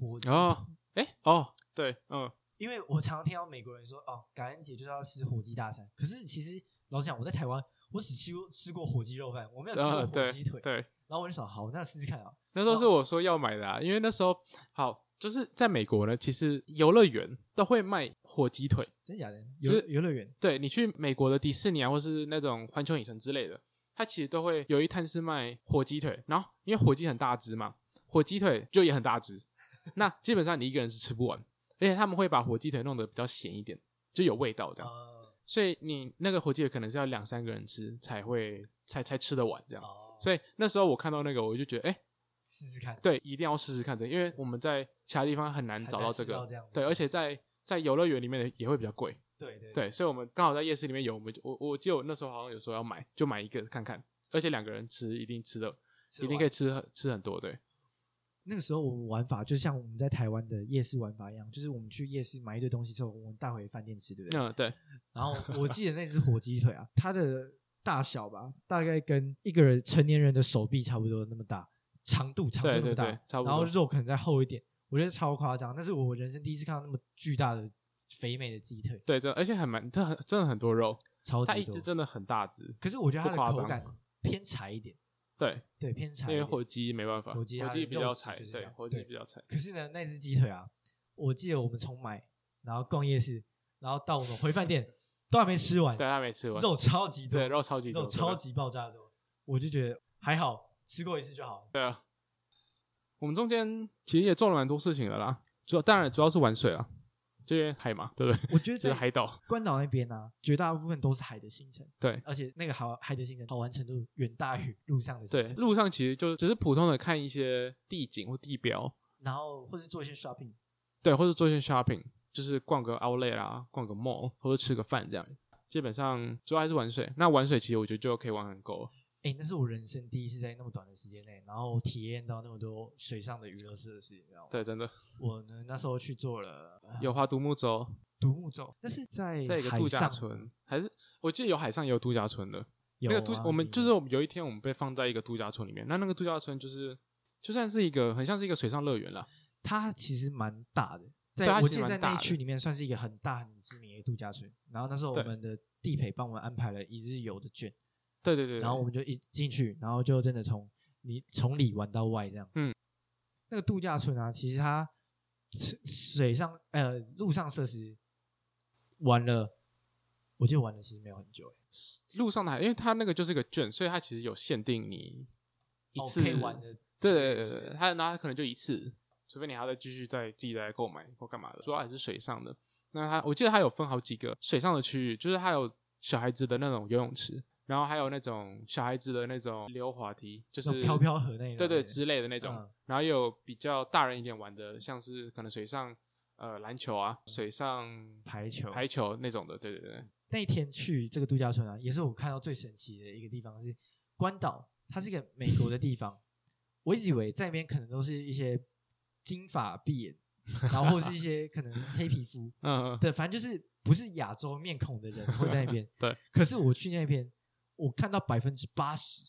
对， 因为我常常听到美国人说，感恩节就是要吃火鸡大餐。可是其实老实讲，我在台湾，我只吃过火鸡肉饭，我没有吃过火鸡腿。 对。 然后我就想，好，那试试看啊。 那时候是我说要买的啊，因为那时候就是在美国呢，其实游乐园都会卖火鸡腿。 真假的？游乐园？ 对，你去美国的迪士尼啊，或是那种环球影城之类的，它其实都会有一摊是卖火鸡腿。然后因为火鸡很大只嘛，火鸡腿就也很大只，那基本上你一个人是吃不完，而且他们会把火鸡腿弄得比较咸一点，就有味道这样。所以你那个火鸡腿可能是要2-3个人吃才吃得完这样。所以那时候我看到那个，我就觉得试试看。 对，一定要试试看因为我们在其他地方很难找到这个。对，而且在游乐园里面也会比较贵。对，所以我们刚好在夜市里面有，我记得我那时候好像有说要买，就买一个看看，而且2个人吃一定可以吃很多。对， 那个时候我们玩法就像我们在台湾的夜市玩法一样，就是我们去夜市买一堆东西之后，我们带回饭店吃，对不对？ 对。 然后我记得那只火鸡腿啊，它的大小吧，大概跟一个人成年人的手臂差不多那么大，长度那么大， 差不多。 然后肉可能再厚一点，我觉得超夸张。那是我人生第一次看到那么巨大的肥美的鸡腿。 对，而且真的很多肉， 超级多。 它一只真的很大只， 可是我觉得它的口感偏柴一点。对，偏柴一点。 因为火鸡没办法，火鸡比较柴，对，火鸡比较柴。 可是呢，那只鸡腿啊，我记得我们从买，然后逛夜市，然后到我们回饭店。都还没吃完， 对，还没吃完， 肉超级多， 对，肉超级多， 肉超级爆炸多，我就觉得还好，吃过一次就好。 对啊，我们中间其实也做了蛮多事情的啦，当然主要是玩水啦，就是海嘛，对不对？ 我觉得就是海岛关岛那边啊，绝大部分都是海的行程， 对， 而且那个海的行程好玩程度远大于路上的行程。 对，路上其实就只是普通的看一些地景或地标， 然后或是做一些 shopping， 对，或者做一些 shopping。就是逛个 outlet 啦，逛个 mall 或者吃个饭这样，基本上主要还是玩水。那玩水其实我觉得就可以玩很够了。 那是我人生第一次在那么短的时间内，然后体验到那么多水上的娱乐设施，你知道吗？ 对，真的。 我呢那时候去做了有划独木舟， 那是在一个度假村，还是我记得有海上也有度假村的。那个我们就是有一天我们被放在一个度假村里面，那个度假村就算是一个很像是一个水上乐园啦。 它其实蛮大的。我记得在那一区里面算是一个很大很知名的度假村，然后那时候我们的地陪帮我们安排了1日游的券， 对， 然后我们就一进去，然后就真的从里玩到外这样。那个度假村啊，其实它陆上设施玩了，我记得玩的其实没有很久路上的因为它那个就是一个券，所以它其实有限定你一次可以玩的。 对，它可能就一次。除非你还要自己再购买或干嘛的，主要还是水上的。那我记得它有分好几个水上的区域，就是它有小孩子的那种游泳池，然后还有那种小孩子的那种溜滑梯，就是飘飘河那种， 对之类的那种。然后也有比较大人一点玩的，像是可能水上篮球啊，水上排球那种的。对。 那一天去这个度假村啊，也是我看到最神奇的一个地方是关岛，它是一个美国的地方。我一直以为在那边可能都是一些金发碧眼，然后或是一些可能黑皮肤，对，反正就是不是亚洲面孔的人会在那边。 对， 可是我去那边，我看到80%，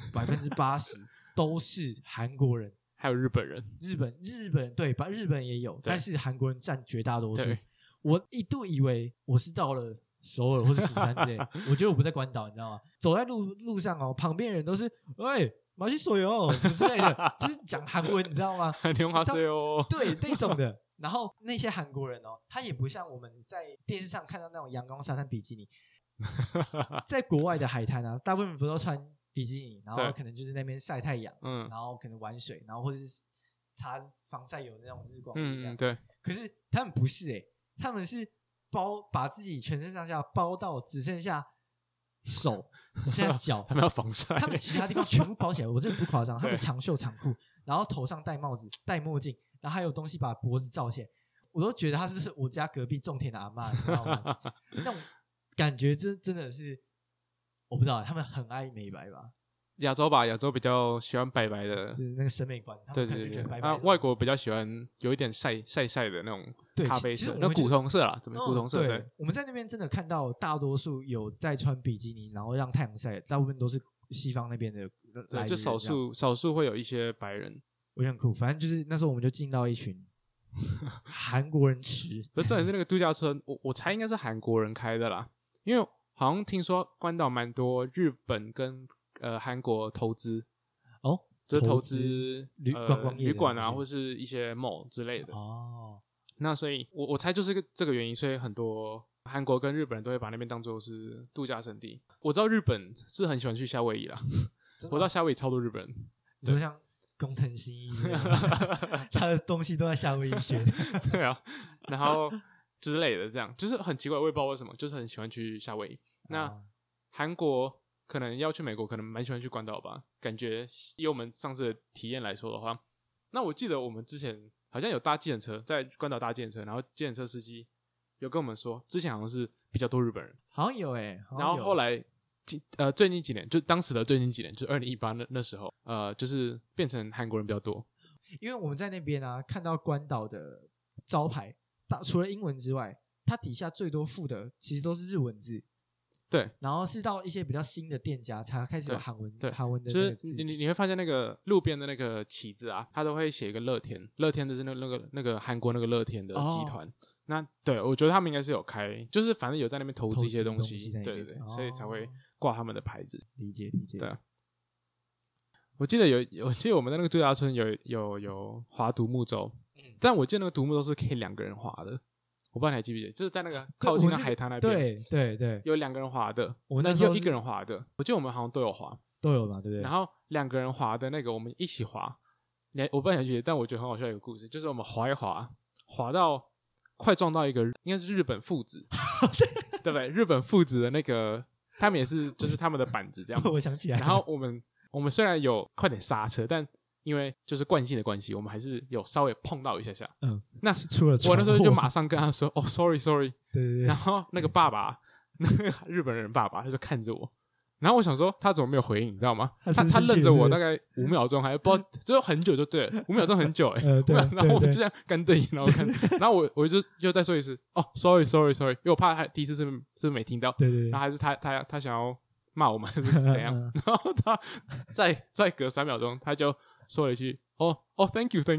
80%都是韩国人， 还有日本人， 日本对，日本人也有，但是韩国人占绝大多数。我一度以为我是到了首尔或是釜山之类，我觉得我不在关岛，你知道吗？走在路上哦，旁边人都是喂马西手游什么之类的，就是讲韩文，你知道吗？对那种的。然后那些韩国人哦，他也不像我们在电视上看到那种阳光沙滩比基尼，在国外的海滩啊，大部分不都穿比基尼，然后可能就是那边晒太阳，然后可能玩水，然后或者是擦防晒油那种日光浴， 对。 可是他们不是他们是把自己全身上下包到只剩下手，只剩下脚， 他们要防晒， 他们其他地方全部包起来，我真的不夸张，他们长袖长裤，然后头上戴帽子、戴墨镜，然后还有东西把脖子罩起来，我都觉得他是我家隔壁种田的阿嬷，你知道吗？那种感觉真的是，我不知道，他们很爱美白吧？ 亚洲比较喜欢白白的， 就是那个审美观， 对，外国比较喜欢有一点晒的那种咖啡色，那古铜色啦，怎么古铜色？对， 我们在那边真的看到大多数有在穿比基尼，然后让太阳晒，大部分都是西方那边的来， 就少数会有一些白人， 我觉得很酷。反正就是那时候我们就进到一群韩国人池， 不是重点是那个度假村，我猜应该是韩国人开的啦，因为好像听说关岛蛮多日本跟韩国投资哦， 就是投资观光业旅馆啊，或是一些 mall 之类的哦。那所以我猜就是这个原因，所以很多韩国跟日本人都会把那边当作是度假胜地。我知道日本是很喜欢去夏威夷啦，我知道夏威夷超多日本人， 你说像工藤新一他的东西都在夏威夷学对啊，然后之类的，这样就是很奇怪，我也不知道为什么，就是很喜欢去夏威夷。那韩国可能要去美国，可能蛮喜欢去关岛吧，感觉以我们上次的体验来说的话，那我记得我们之前好像有搭计程车，在关岛搭计程车，然后计程车司机有跟我们说，之前好像是比较多日本人， 好像有然后后来最近几年，就当时的最近几年，就2018那时候，就是变成韩国人比较多， 因为我们在那边啊看到关岛的招牌，除了英文之外，它底下最多附的其实都是日文字。 对， 然后是到一些比较新的店家才开始有韩文的就是你会发现那个路边的那个旗子啊，它都会写一个乐天就是那个韩国那个乐天的集团。那对，我觉得他们应该是有开，就是反正有在那边投资一些东西，对，所以才会挂他们的牌子。 理解。 对啊，我记得我们在那个度假村有划独木舟，但我记得那个独木舟是可以2个人划的。我不知道你还记不记得，就是在那个靠近那海滩那边， 对， 有2个人划的， 我们那时候有1个人划的，我记得我们好像都有划， 嘛，对不对？ 然后2个人划的那个，我们一起划，我不知道你还记得，但我觉得很好笑一个故事，就是我们划一划，划到快撞到一个应该是日本父子，对不对？日本父子的那个，他们也是就是他们的板子这样， 我想起来， 然后我们虽然有快点刹车，但因为就是惯性的关系，我们还是有稍微碰到一下。那出了我那时候就马上跟他说：“哦 ，sorry。” 对。 然后那个爸爸，那个日本人爸爸，他就看着我，然后我想说他怎么没有回应，你知道吗？他愣着我大概5秒钟，还不知道，就很久就对了，5秒钟很久然后我们就这样干瞪眼，然后看，然后我就又再说一次：“哦 ，sorry。”因为我怕他第一次是不是没听到， 对。 然后还是他想要骂我们还是怎样？然后他再隔3秒钟，他就说了一句：“哦 ，thank you。”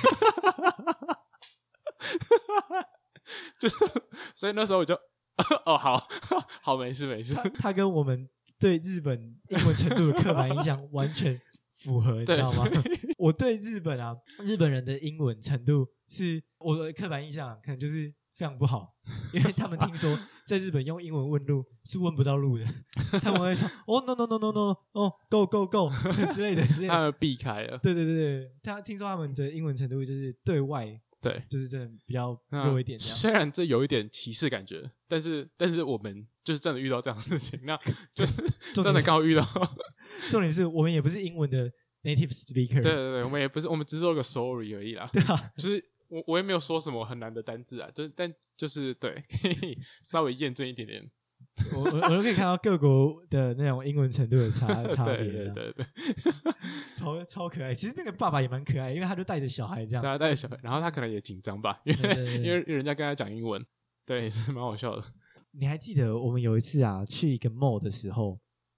就是，所以那时候我就好，没事。 他跟我们对日本英文程度的刻板印象完全符合，你知道吗？我对日本人的英文程度是我的刻板印象，可能就是非常不好，因为他们听说在日本用英文问路是问不到路的，他们会说哦 no， 哦 go 之类的， 他们避开了。 对，他听说他们的英文程度就是对外。 对， 就是真的比较弱一点这样。 虽然这有一点歧视感觉，但是我们就是真的遇到这样的事情，那就是真的刚好遇到。 重点是我们也不是英文的 native speaker。 对，我们也不是，我们只是说个 sorry 而已啦。 对啊， 就是我也没有说什么很难的单字啊，但就是对，可以稍微验证一点点。 我都可以看到各国的那种英文程度的差别。 对， 超可爱。其实那个爸爸也蛮可爱，因为他就带着小孩这样。 对，带着小孩，然后他可能也紧张吧，因为人家跟他讲英文，对，是蛮好笑的。 你还记得我们有一次去一个 mall 的时候，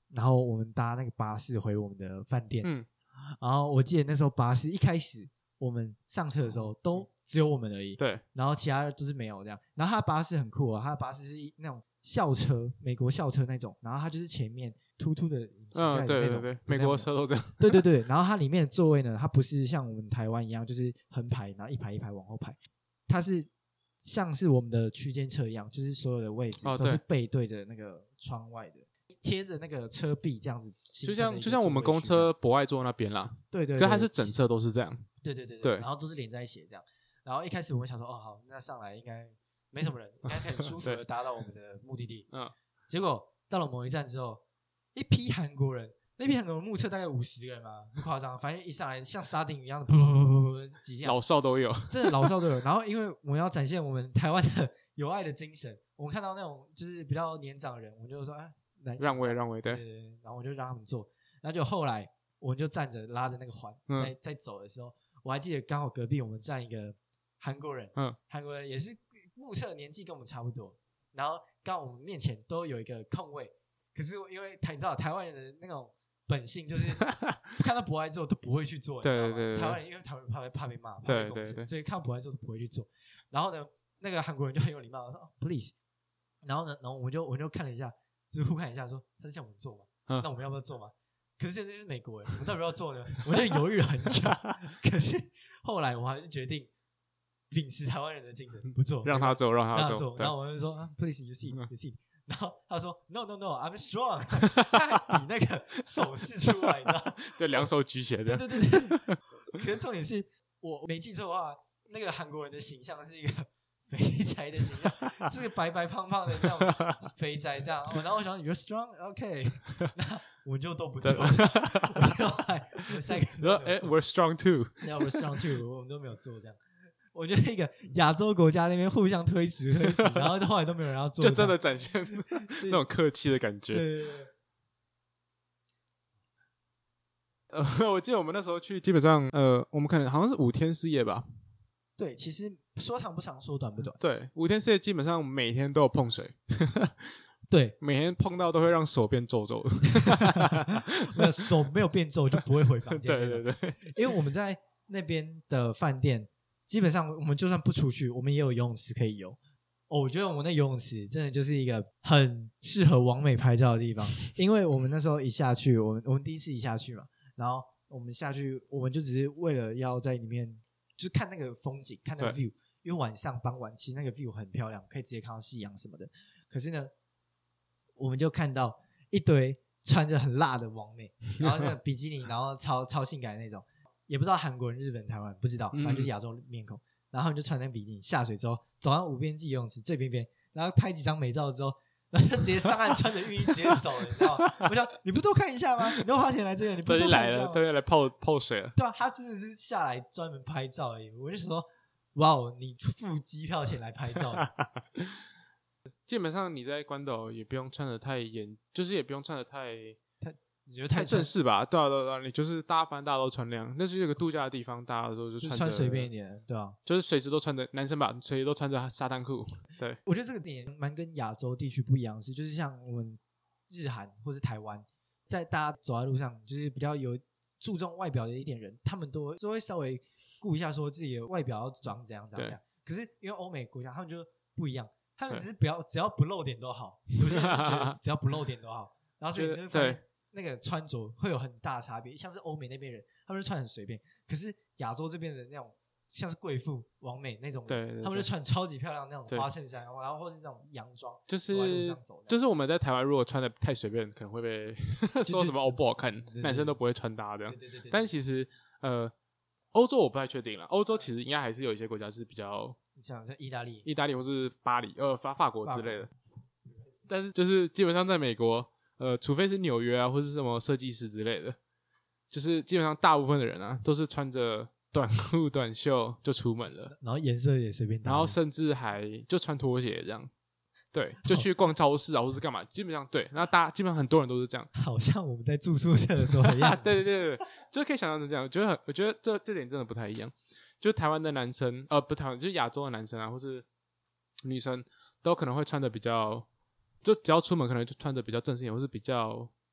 然后我们搭那个巴士回我们的饭店， 嗯， 然后我记得那时候巴士一开始我们上车的时候都只有我们而已， 对， 然后其他就是没有这样。然后他的巴士很酷哦，他的巴士是那种校车，美国校车那种，然后它就是前面凸凸的引擎盖的那种， 对对对，美国车都这样。 对对对，然后它里面的座位呢，它不是像我们台湾一样，就是横排，然后一排一排往后排，它是像是我们的区间车一样，就是所有的位置都是背对着那个窗外的，贴着那个车壁这样子， 就像我们公车博爱座那边啦， 对对， 可是它是整车都是这样， 对对对对，然后都是连在一起这样。然后一开始我们想说，哦好，那上来应该没什么人，应该可以很舒服的达到我们的目的地。结果到了某一站之后，一批韩国人，那批韩国人目测大概50个人吧，不夸张，反正一上来像沙丁鱼一样的，挤进来， 老少都有， 真的老少都有。然后因为我们要展现我们台湾的有爱的精神，我们看到那种就是比较年长的人，我们就说来让位，对， 然后我就让他们坐。然后就后来我们就站着拉着那个环，在走的时候，我还记得刚好隔壁我们站一个韩国人，韩国人也是目测年纪跟我们差不多，然后刚好我们面前都有一个空位，可是因为你知道台湾人的那种本性就是看到博爱座都不会去做， 对对对， 台湾人因为台湾人怕被骂，怕被公司，所以看到博爱座都不会去做。然后呢，那个韩国人就很有礼貌，说please，然后我就看了一下，就互看一下，说他是叫我们做吗？那我们要不要做吗？可是现在是美国人，我们到底要做呢？我就犹豫了很久，可是后来我还是决定秉持台湾人的精神，不做， 让他做。然后我就说please you see，然后他说 no I'm strong， 他还比那个手势出来，你知道？ 对，两手举起来的。 对。可是重点是我没记错的话，那个韩国人的形象是一个肥宅的形象，是个白白胖胖的那种肥宅这样。然后我想 you're strong OK， 那我就都不做。我们三个说 we're strong too， we're strong too， 我们都没有做这样。我觉得一个亚洲国家那边互相推辞，然后后来都没有人要做， 就真的展现那种客气的感觉。 对。 我记得我们那时候去，基本上我们可能好像是5天4夜吧。 对，其实说长不长，说短不短。 对，5天4夜基本上每天都有碰水。 对， 每天碰到都会让手变皱皱的。 手没有变皱就不会回房间。 对， 因为我们在那边的饭店，基本上我们就算不出去，我们也有游泳池可以游。我觉得我们的游泳池真的就是一个很适合网美拍照的地方，因为我们那时候一下去，我们第一次一下去嘛，然后我们下去，我们就只是为了要在里面就是看那个风景，看那个 view， 因为晚上傍晚其实那个 view 很漂亮，可以直接看到夕阳什么的。可是呢，我们就看到一堆穿着很辣的网美，然后那个比基尼，然后超性感的那种，也不知道韩国人、日本、台湾不知道，反正就是亚洲面孔。然后他们就穿那个比基尼下水之后，走到5边际游泳池最边边，然后拍几张美照之后，然后就直接上岸穿着浴衣直接走了，你知道吗？我想你不多看一下吗？你都花钱来这个，你不多看一下吗？ 都来泡水了。 对啊，他真的是下来专门拍照而已。我就说，哇哦，你付机票钱来拍照。 基本上你在关岛也不用穿得太严，就是也不用穿得太你觉得太正式吧？对啊，你就是大家都穿那样，那是一个度假的地方，大家都就穿随便一点，对啊， 就是随时都穿着，男生吧，随时都穿着沙滩裤。对， 我觉得这个点蛮跟亚洲地区不一样的是，就是像我们日韩或是台湾，在大家走在路上，就是比较有注重外表的一点人，他们都会稍微顾一下，说自己的外表要长怎样。可是因为欧美国家，他们就不一样，他们只是只要不露点都好，有些人是觉得只要不露点都好，然后所以你就会发现那个穿着会有很大的差别。像是欧美那边人，他们就穿很随便，可是亚洲这边的那种像是贵妇、网美那种人，他们就穿超级漂亮那种花衬衫，然后或是那种洋装， 就是走在路上走。 就是我们在台湾如果穿的太随便，可能会被说什么不好看，男生都不会穿搭这样。但其实欧洲我不太确定了，欧洲其实应该还是有一些国家是比较像意大利或是巴黎法国之类的。但是就是基本上在美国。除非是纽约啊，或是什么设计师之类的，就是基本上大部分的人啊，都是穿着短裤、短袖就出门了， 然后颜色也随便搭， 然后甚至还就穿拖鞋这样，对，就去逛超市啊，或是干嘛，基本上对，然后基本上很多人都是这样， 好像我们在住宿舍的时候一样， 对，就可以想象成这样。我觉得这点真的不太一样，就台湾的男生，不台湾，就是亚洲的男生啊，或是女生，都可能会穿的比较。就只要出门可能就穿着比较正式一点，或是比较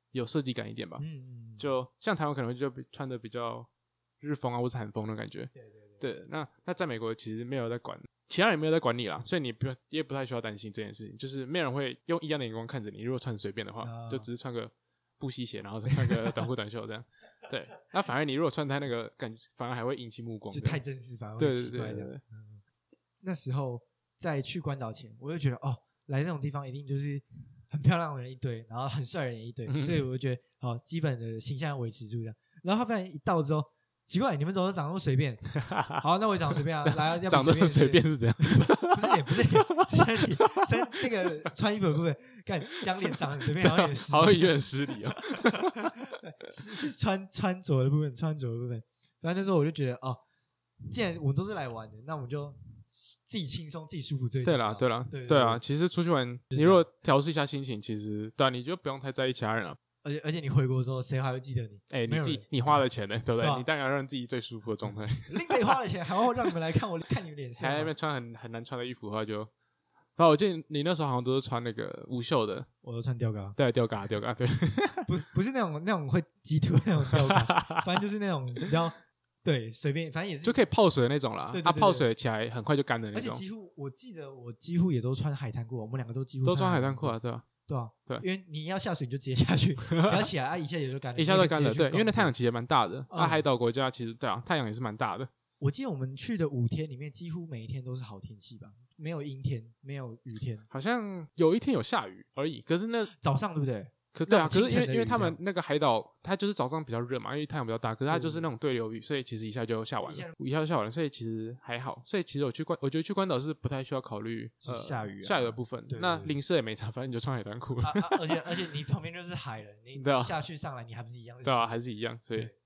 有设计感一点吧。就像台湾可能就穿的比较日风啊或是韩风的感觉。对，那在美国其实没有在管，其他人也没有在管你啦，所以你也不太需要担心这件事情，就是没有人会用一样的眼光看着你。如果穿随便的话，就只是穿个布西鞋，然后再穿个短裤短袖这样。对，那反而你如果穿太那个感觉，反而还会引起目光， 就太正式，反而会奇怪的。对。那时候在去关岛前，我就觉得来那种地方一定就是很漂亮的人一堆，然后很帅的人一堆，所以我就觉得基本的形象要维持住这样。然后他发现一到之后，奇怪，你们怎么长那么随便？好，那我也长随便啊，来，要不长得很随便是怎样？ 不是脸，那个穿衣服的部分，干将脸长很随便，好像有点失礼哦。 是穿着的部分，反正那时候我就觉得既然我们都是来玩的，那我们就自己轻松、自己舒服最重要。 对啊，其实出去玩，你如果调试一下心情，其实对啊，你就不用太在意其他人了。 而且你回国之后，谁还会记得你？ 你花了钱呢，对不对？你当然要让自己最舒服的状态。 另得花了钱，还要让你们来看你们脸色。 还在那边穿很难穿的衣服的话，就我记得你那时候好像都是穿那个无袖的， 我都穿吊嘎。 对，吊嘎，对。 不是那种会激突那种吊嘎，反正就是那种比较对随便，反正也是就可以泡水的那种啦。它泡水起来很快就干的那种。 而且我记得我几乎也都穿海滩裤，我们两个都几乎都穿海滩裤啊，对吧？ 对，因为你要下水你就直接下去，你要起来一下也就干了， 一下就干了。对，因为那太阳其实蛮大的。海岛国家其实对啊，太阳也是蛮大的。 我记得我们去的5天里面，几乎每一天都是好天气吧，没有阴天，没有雨天， 好像有一天有下雨而已。可是那早上对不对？ 对啊，可是因为他们那个海岛，它就是早上比较热嘛，因为太阳比较大，可是它就是那种对流雨，所以其实一下就下完了，所以其实还好。所以其实我觉得去关岛是不太需要考虑下雨的部分。那淋湿也没差，反正你就穿海滩裤。 而且你旁边就是海了，你下去上来你还不是一样？ 对啊，还是一样。所以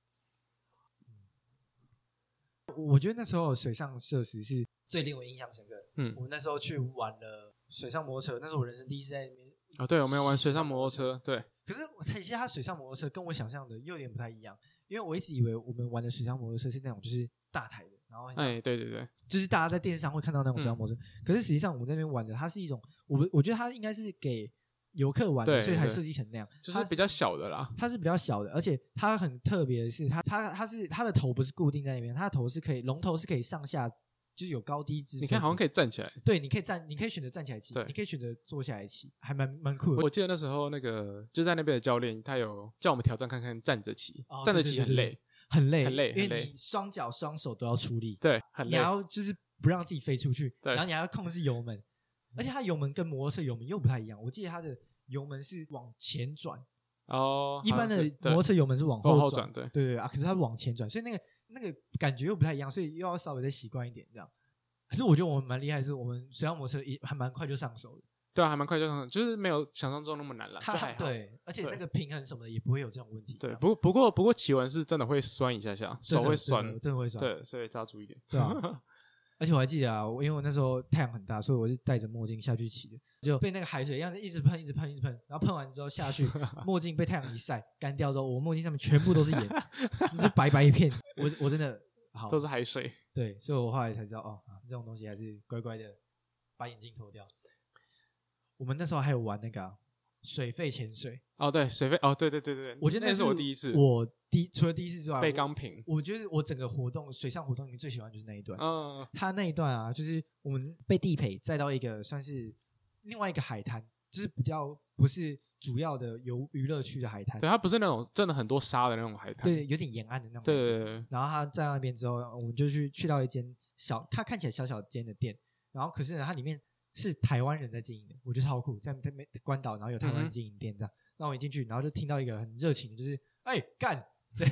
我觉得那时候水上设施是最令我印象深刻。我那时候去玩了水上摩托车，那是我人生第一次在那边。 对，我们有玩水上摩托车，对。 可是其实它水上摩托车跟我想象的又有点不太一样，因为我一直以为我们玩的水上摩托车是那种就是大台的，然后对， 就是大家在电视上会看到那种水上摩托车。可是实际上我们在那边玩的，它是一种我觉得它应该是给游客玩的，所以才设计成那样， 就是比较小的啦。 它是比较小的，而且它很特别的是，它的头不是固定在那边，它的头是龙头是可以上下。就是有高低之分， 你看好像可以站起来。 对，你可以选择站起来骑，你可以选择坐下来骑，还蛮酷的。 我记得那时候那个就在那边的教练，他有叫我们挑战看看站着骑，站着骑很累， 很累，因为你双脚双手都要出力， 对，很累。 你还要就是不让自己飞出去，然后你还要控制油门，而且它油门跟摩托车油门又不太一样。我记得它的油门是往前转， 一般的摩托车油门是往后转， 对啊，可是它是往前转，所以那个感觉又不太一样，所以又要稍微再习惯一点这样。可是我觉得我们蛮厉害的是，我们水上摩托车还蛮快就上手的。 对啊，还蛮快就上手，就是没有想象中那么难了，就还好。 对，而且那个平衡什么的也不会有这种问题。 对，不过骑完是真的会酸一下，手会酸， 真的会酸。 对，所以大家注意一点。 对啊，而且我还记得啊，因为我那时候太阳很大，所以我是戴着墨镜下去骑的，就被那个海水一样一直喷，然后喷完之后下去，墨镜被太阳一晒干掉之后，我墨镜上面全部都是盐，就是白白一片。我真的都是海水。 对，所以我后来才知道这种东西还是乖乖的把眼镜脱掉。我们那时候还有玩那个水肺潜水。 对，水肺对， 我觉得那是我第一次。 除了第一次之外， 背钢瓶。 我觉得我整个水上活动里面最喜欢就是那一段。它那一段啊，就是我们被地陪载到一个算是另外一个海滩，就是比较不是主要的娱乐区的海滩。 对，它不是那种真的很多沙的那种海滩。 对，有点沿岸的那种。 对。 然后他在那边之后，我们就去到一间它看起来小小间的店，然后可是呢，它里面是台湾人在经营的，我觉得超酷，在关岛，然后有台湾人经营店这样。那我一进去，然后就听到一个很热情的，就是干。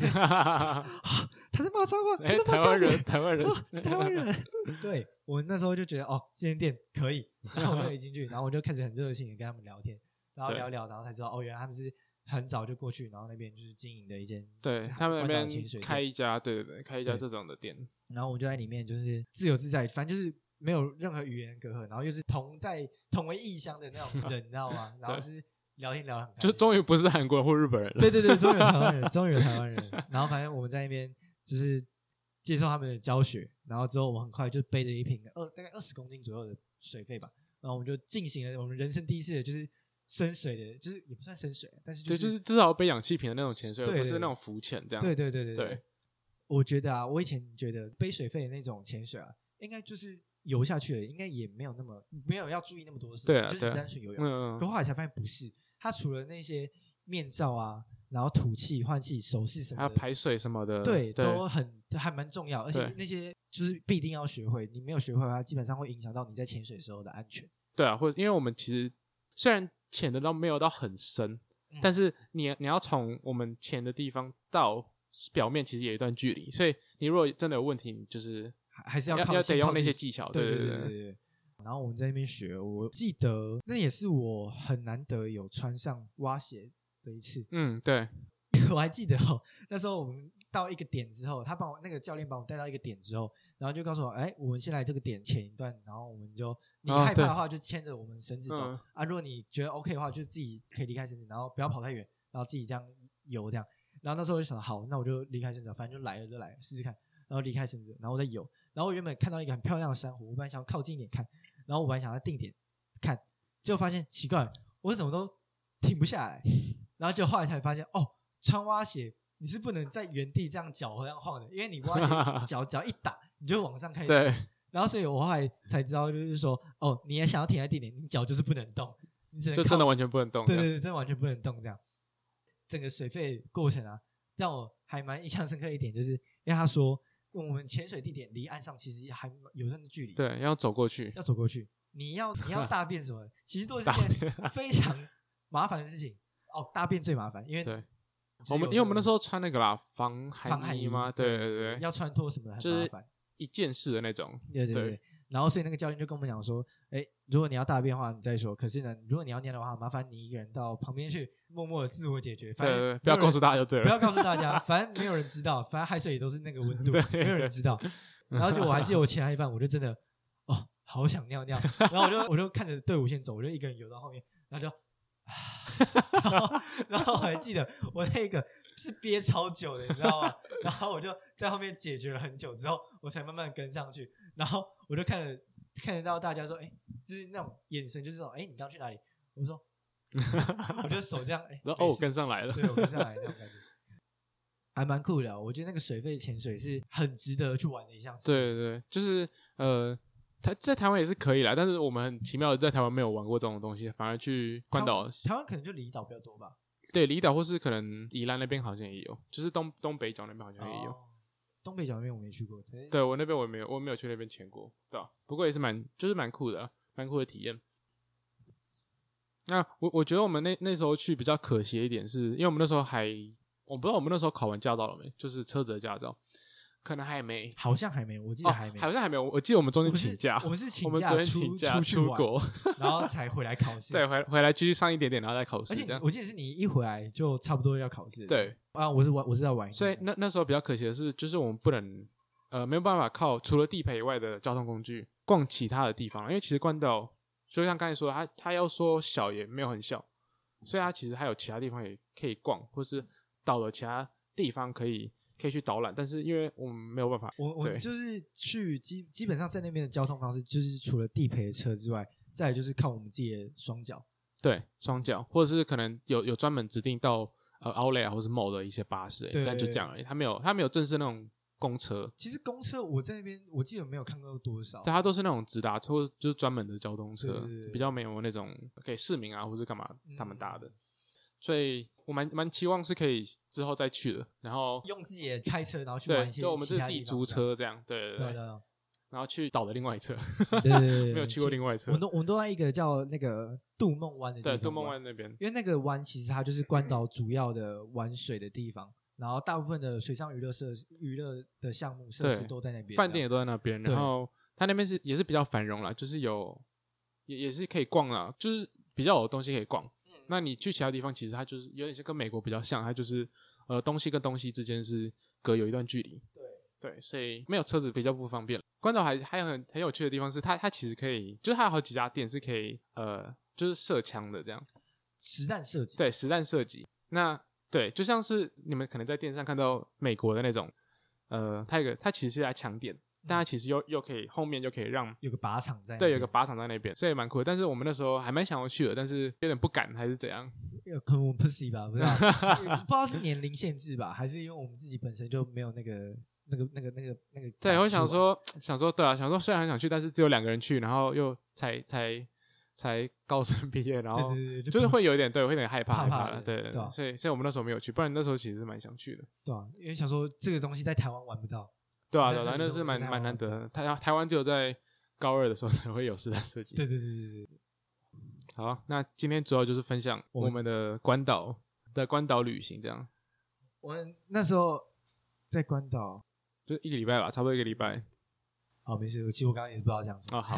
他在骂脏话， 台湾人， 是台湾人。对，我那时候就觉得这间店可以，然后我就一进去，然后我就开始很热情的跟他们聊天，然后聊聊，然后才知道原来他们是很早就过去，然后那边就是经营的一间， 对他们那边开一家，对，开一家这种的店， 然后我就在里面就是自由自在，反正就是没有任何语言隔阂，然后又是同为异乡的那种人，你知道吗？然后是聊天聊得很开心， 就终于不是韩国人或日本人了。 对，终于有台湾人。然后反正我们在那边就是接受他们的教学，然后之后我们很快就背着一瓶大概20公斤左右的水肺吧，然后我们就进行了我们人生第一次的就是深水的，就是也不算深水，但是对，就是至少背氧气瓶的那种潜水， 对而不是那种浮潜这样。 对，我觉得啊，我以前觉得背水肺的那种潜水啊，应该就是游下去了，应该也没有要注意那么多事， 对啊， 就是单纯游泳。可后来才发现不是，它除了那些面罩啊，然后吐气、换气、手势什么的， 还有排水什么的， 对，都还蛮重要，而且那些就是必定要学会，你没有学会的话，基本上会影响到你在潜水时候的安全。 对啊，或者因为我们其实虽然潜的没有到很深，但是你要从我们潜的地方到表面其实有一段距离，所以你如果真的有问题，你就是还是要得用那些技巧。 对。然后我们在那边学，我记得那也是我很难得有穿上蛙鞋的一次。 对， 我还记得那时候我们到一个点之后，那个教练把我们带到一个点之后，然后就告诉我，我们先来这个点潜一段，然后我们就你害怕的话就牵着我们绳子走啊，如果你觉得 OK 的话，就自己可以离开绳子，然后不要跑太远，然后自己这样游这样。然后那时候我就想好，那我就离开绳子，反正就来了试试看，然后离开绳子，然后我再游。然后我原本看到一个很漂亮的珊瑚，我本来想要靠近一点看，然后我本来想要定点看，结果发现奇怪，我怎么都停不下来。然后就后来才发现，穿蛙鞋你是不能在原地这样脚这样晃的，因为你蛙鞋脚一打，你就往上开始走。 对。 然后所以我后来才知道，就是说，你也想要停在定点，你脚就是不能动，你只能就真的完全不能动。 对，真的完全不能动这样。整个水肺过程啊，让我还蛮印象深刻一点，就是因为他说我们潜水地点离岸上其实还有段距离， 对，要走过去， 你要大便什么的，其实都是件非常麻烦的事情。大便最麻烦，因为对，因为我们那时候穿那个啦防寒衣嘛，对， 要穿脱什么的很麻烦， 一件式的那种， 对。然后所以那个教练就跟我们讲说，如果你要大便的话你再说，可是呢，如果你要尿的话，麻烦你一个人到旁边去默默的自我解决，反正不要告诉大家就对了， 不要告诉大家，反正没有人知道，反正海水也都是那个温度，没有人知道。然后我还记得我潜到一半，我就真的好想尿尿，然后我就看着队伍先走，我就一个人游到后面，然后就然后我还记得我那个是憋超久的，你知道吗？然后我就在后面解决了很久之后，我才慢慢跟上去。然后我就看得到大家说，就是那种眼神，就是那种，你刚去哪里？我说，我就手这样， 我跟上来了， 对，我跟上来那种感觉，还蛮酷的。我觉得那个水肺潜水是很值得去玩的一项事情。 对，就是在台湾也是可以啦，但是我们很奇妙的在台湾没有玩过这种东西，反而去关岛。 台湾可能就离岛比较多吧。 对，离岛或是可能宜兰那边好像也有，就是东北角那边好像也有。 东北角那边我没去过。 对，我那边我没有去那边潜过，对吧？不过也是蛮酷的，蛮酷的体验。那我觉得我们那时候去比较可惜的一点是，因为我们那时候我不知道我们那时候考完驾照了没，就是车子的驾照。可能还没， 好像还没，我记得还没， 好像还没有。我记得我们中间请假， 我们是请假，我们昨天请假出国， 然后才回来考试。 对，回来继续上一点点，然后再考试。 而且我记得是你一回来就差不多要考试。 对啊，我是在玩。 所以那时候比较可惜的是，就是我们不能没有办法靠除了地陪以外的交通工具逛其他的地方，因为其实关岛就像刚才说的，它要说小也没有很小，所以它其实还有其他地方也可以逛，或是岛的其他地方可以去导览，但是因为我们没有办法， 我就是去基本上在那边的交通方式，就是除了地陪的车之外，再来就是靠我们自己的双脚， 对，双脚，或者是可能有专门指定到Outlet 或是 Mall 的一些巴士，但就这样而已，它没有正式那种公车。 其实公车我在那边我记得没有看到多少， 对，它都是那种直达车，就是专门的交通车， 对， 比较没有那种给市民啊或是干嘛他们搭的。所以我蛮期望是可以之后再去的，然后用自己的开车，然后去玩一些， 就我们就是自己租车这样，对，然后去岛的另外一侧， 对， 没有去过另外一侧， 我们都在一个叫那个杜梦湾的地方， 对，杜梦湾那边， 因为那个湾其实它就是关岛主要的玩水的地方，然后大部分的水上娱乐的项目设施都在那边， 饭店也都在那边，然后它那边也是比较繁荣啦，就是也是可以逛啦，就是比较有东西可以逛。那你去其他地方，其实它就是有点像跟美国比较像，它就是东西跟东西之间是隔有一段距离，对，所以没有车子比较不方便。关岛还有很有趣的地方是，它其实可以，就是它有好几家店是可以就是射枪的这样， 实弹射击， 对，实弹射击。那对，就像是你们可能在电视上看到美国的那种，它其实是一家枪店， 但它其实又可以后面就可以让有个靶场在那边， 对，有个靶场在那边，所以蛮酷的。但是我们那时候还蛮想要去的，但是有点不敢还是怎样。 可能我 pussy 吧，不知道不知道是年龄限制吧，还是因为我们自己本身就没有那个。对， 我想说，对啊，想说虽然很想去，但是只有2个人去，然后又才高中毕业，然后对就是会有点会有点害怕的， 对，所以我们那时候没有去，不然那时候其实是蛮想去的。 对啊，因为想说这个东西在台湾玩不到。 对啊，那是蛮难得的。台湾只有在高2的时候才会有实弹射击。 对。 好，那今天主要就是分享我们的关岛旅行，这样。 我们那时候在关岛。 就1个礼拜吧，差不多1个礼拜。 好，没事。其实我刚刚也不知道讲什么。 哦，好。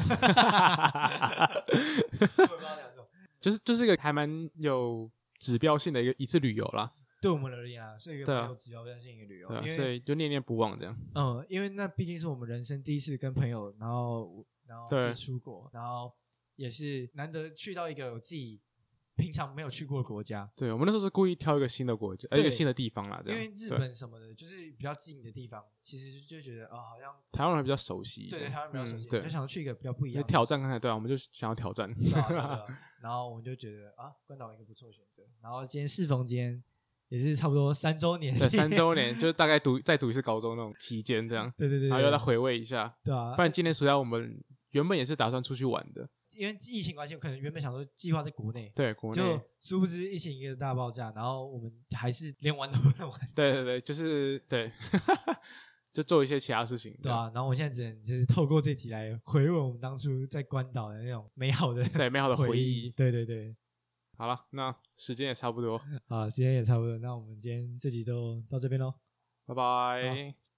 就是一个还蛮有指标性的一次旅游啦。 对我们而言啊，是一个蛮有指标性的旅游。 对啊，所以就念念不忘这样。 因为那毕竟是我们人生第一次跟朋友，然后是出国，然后也是难得去到一个我自己平常没有去过的国家。 对，我们那时候是故意挑一个新的国家，一个新的地方啦。 因为日本什么的，就是比较近的地方，其实就觉得好像台湾人比较熟悉。 对，台湾人比较熟悉，就想去一个比较不一样的挑战看看。对啊，我们就想要挑战。 然后我们就觉得关岛一个不错的选择。然后今天适逢今天也是差不多3周年。 对，3周年就是大概再读一次高中那种期间这样。 对， 然后又再回味一下。 对啊， 不然今年暑假我们原本也是打算出去玩的。 因为疫情关系，我可能原本想说计划在国内， 对，国内就殊不知疫情一个大爆炸，然后我们还是连玩都不能玩。 对，就是对，就做一些其他事情。 对啊，然后我现在只能就是透过这集来回味我们当初在关岛的那种美好的回忆。 对。 好了，那时间也差不多。 好，时间也差不多，那我们今天这集都到这边咯， 拜拜。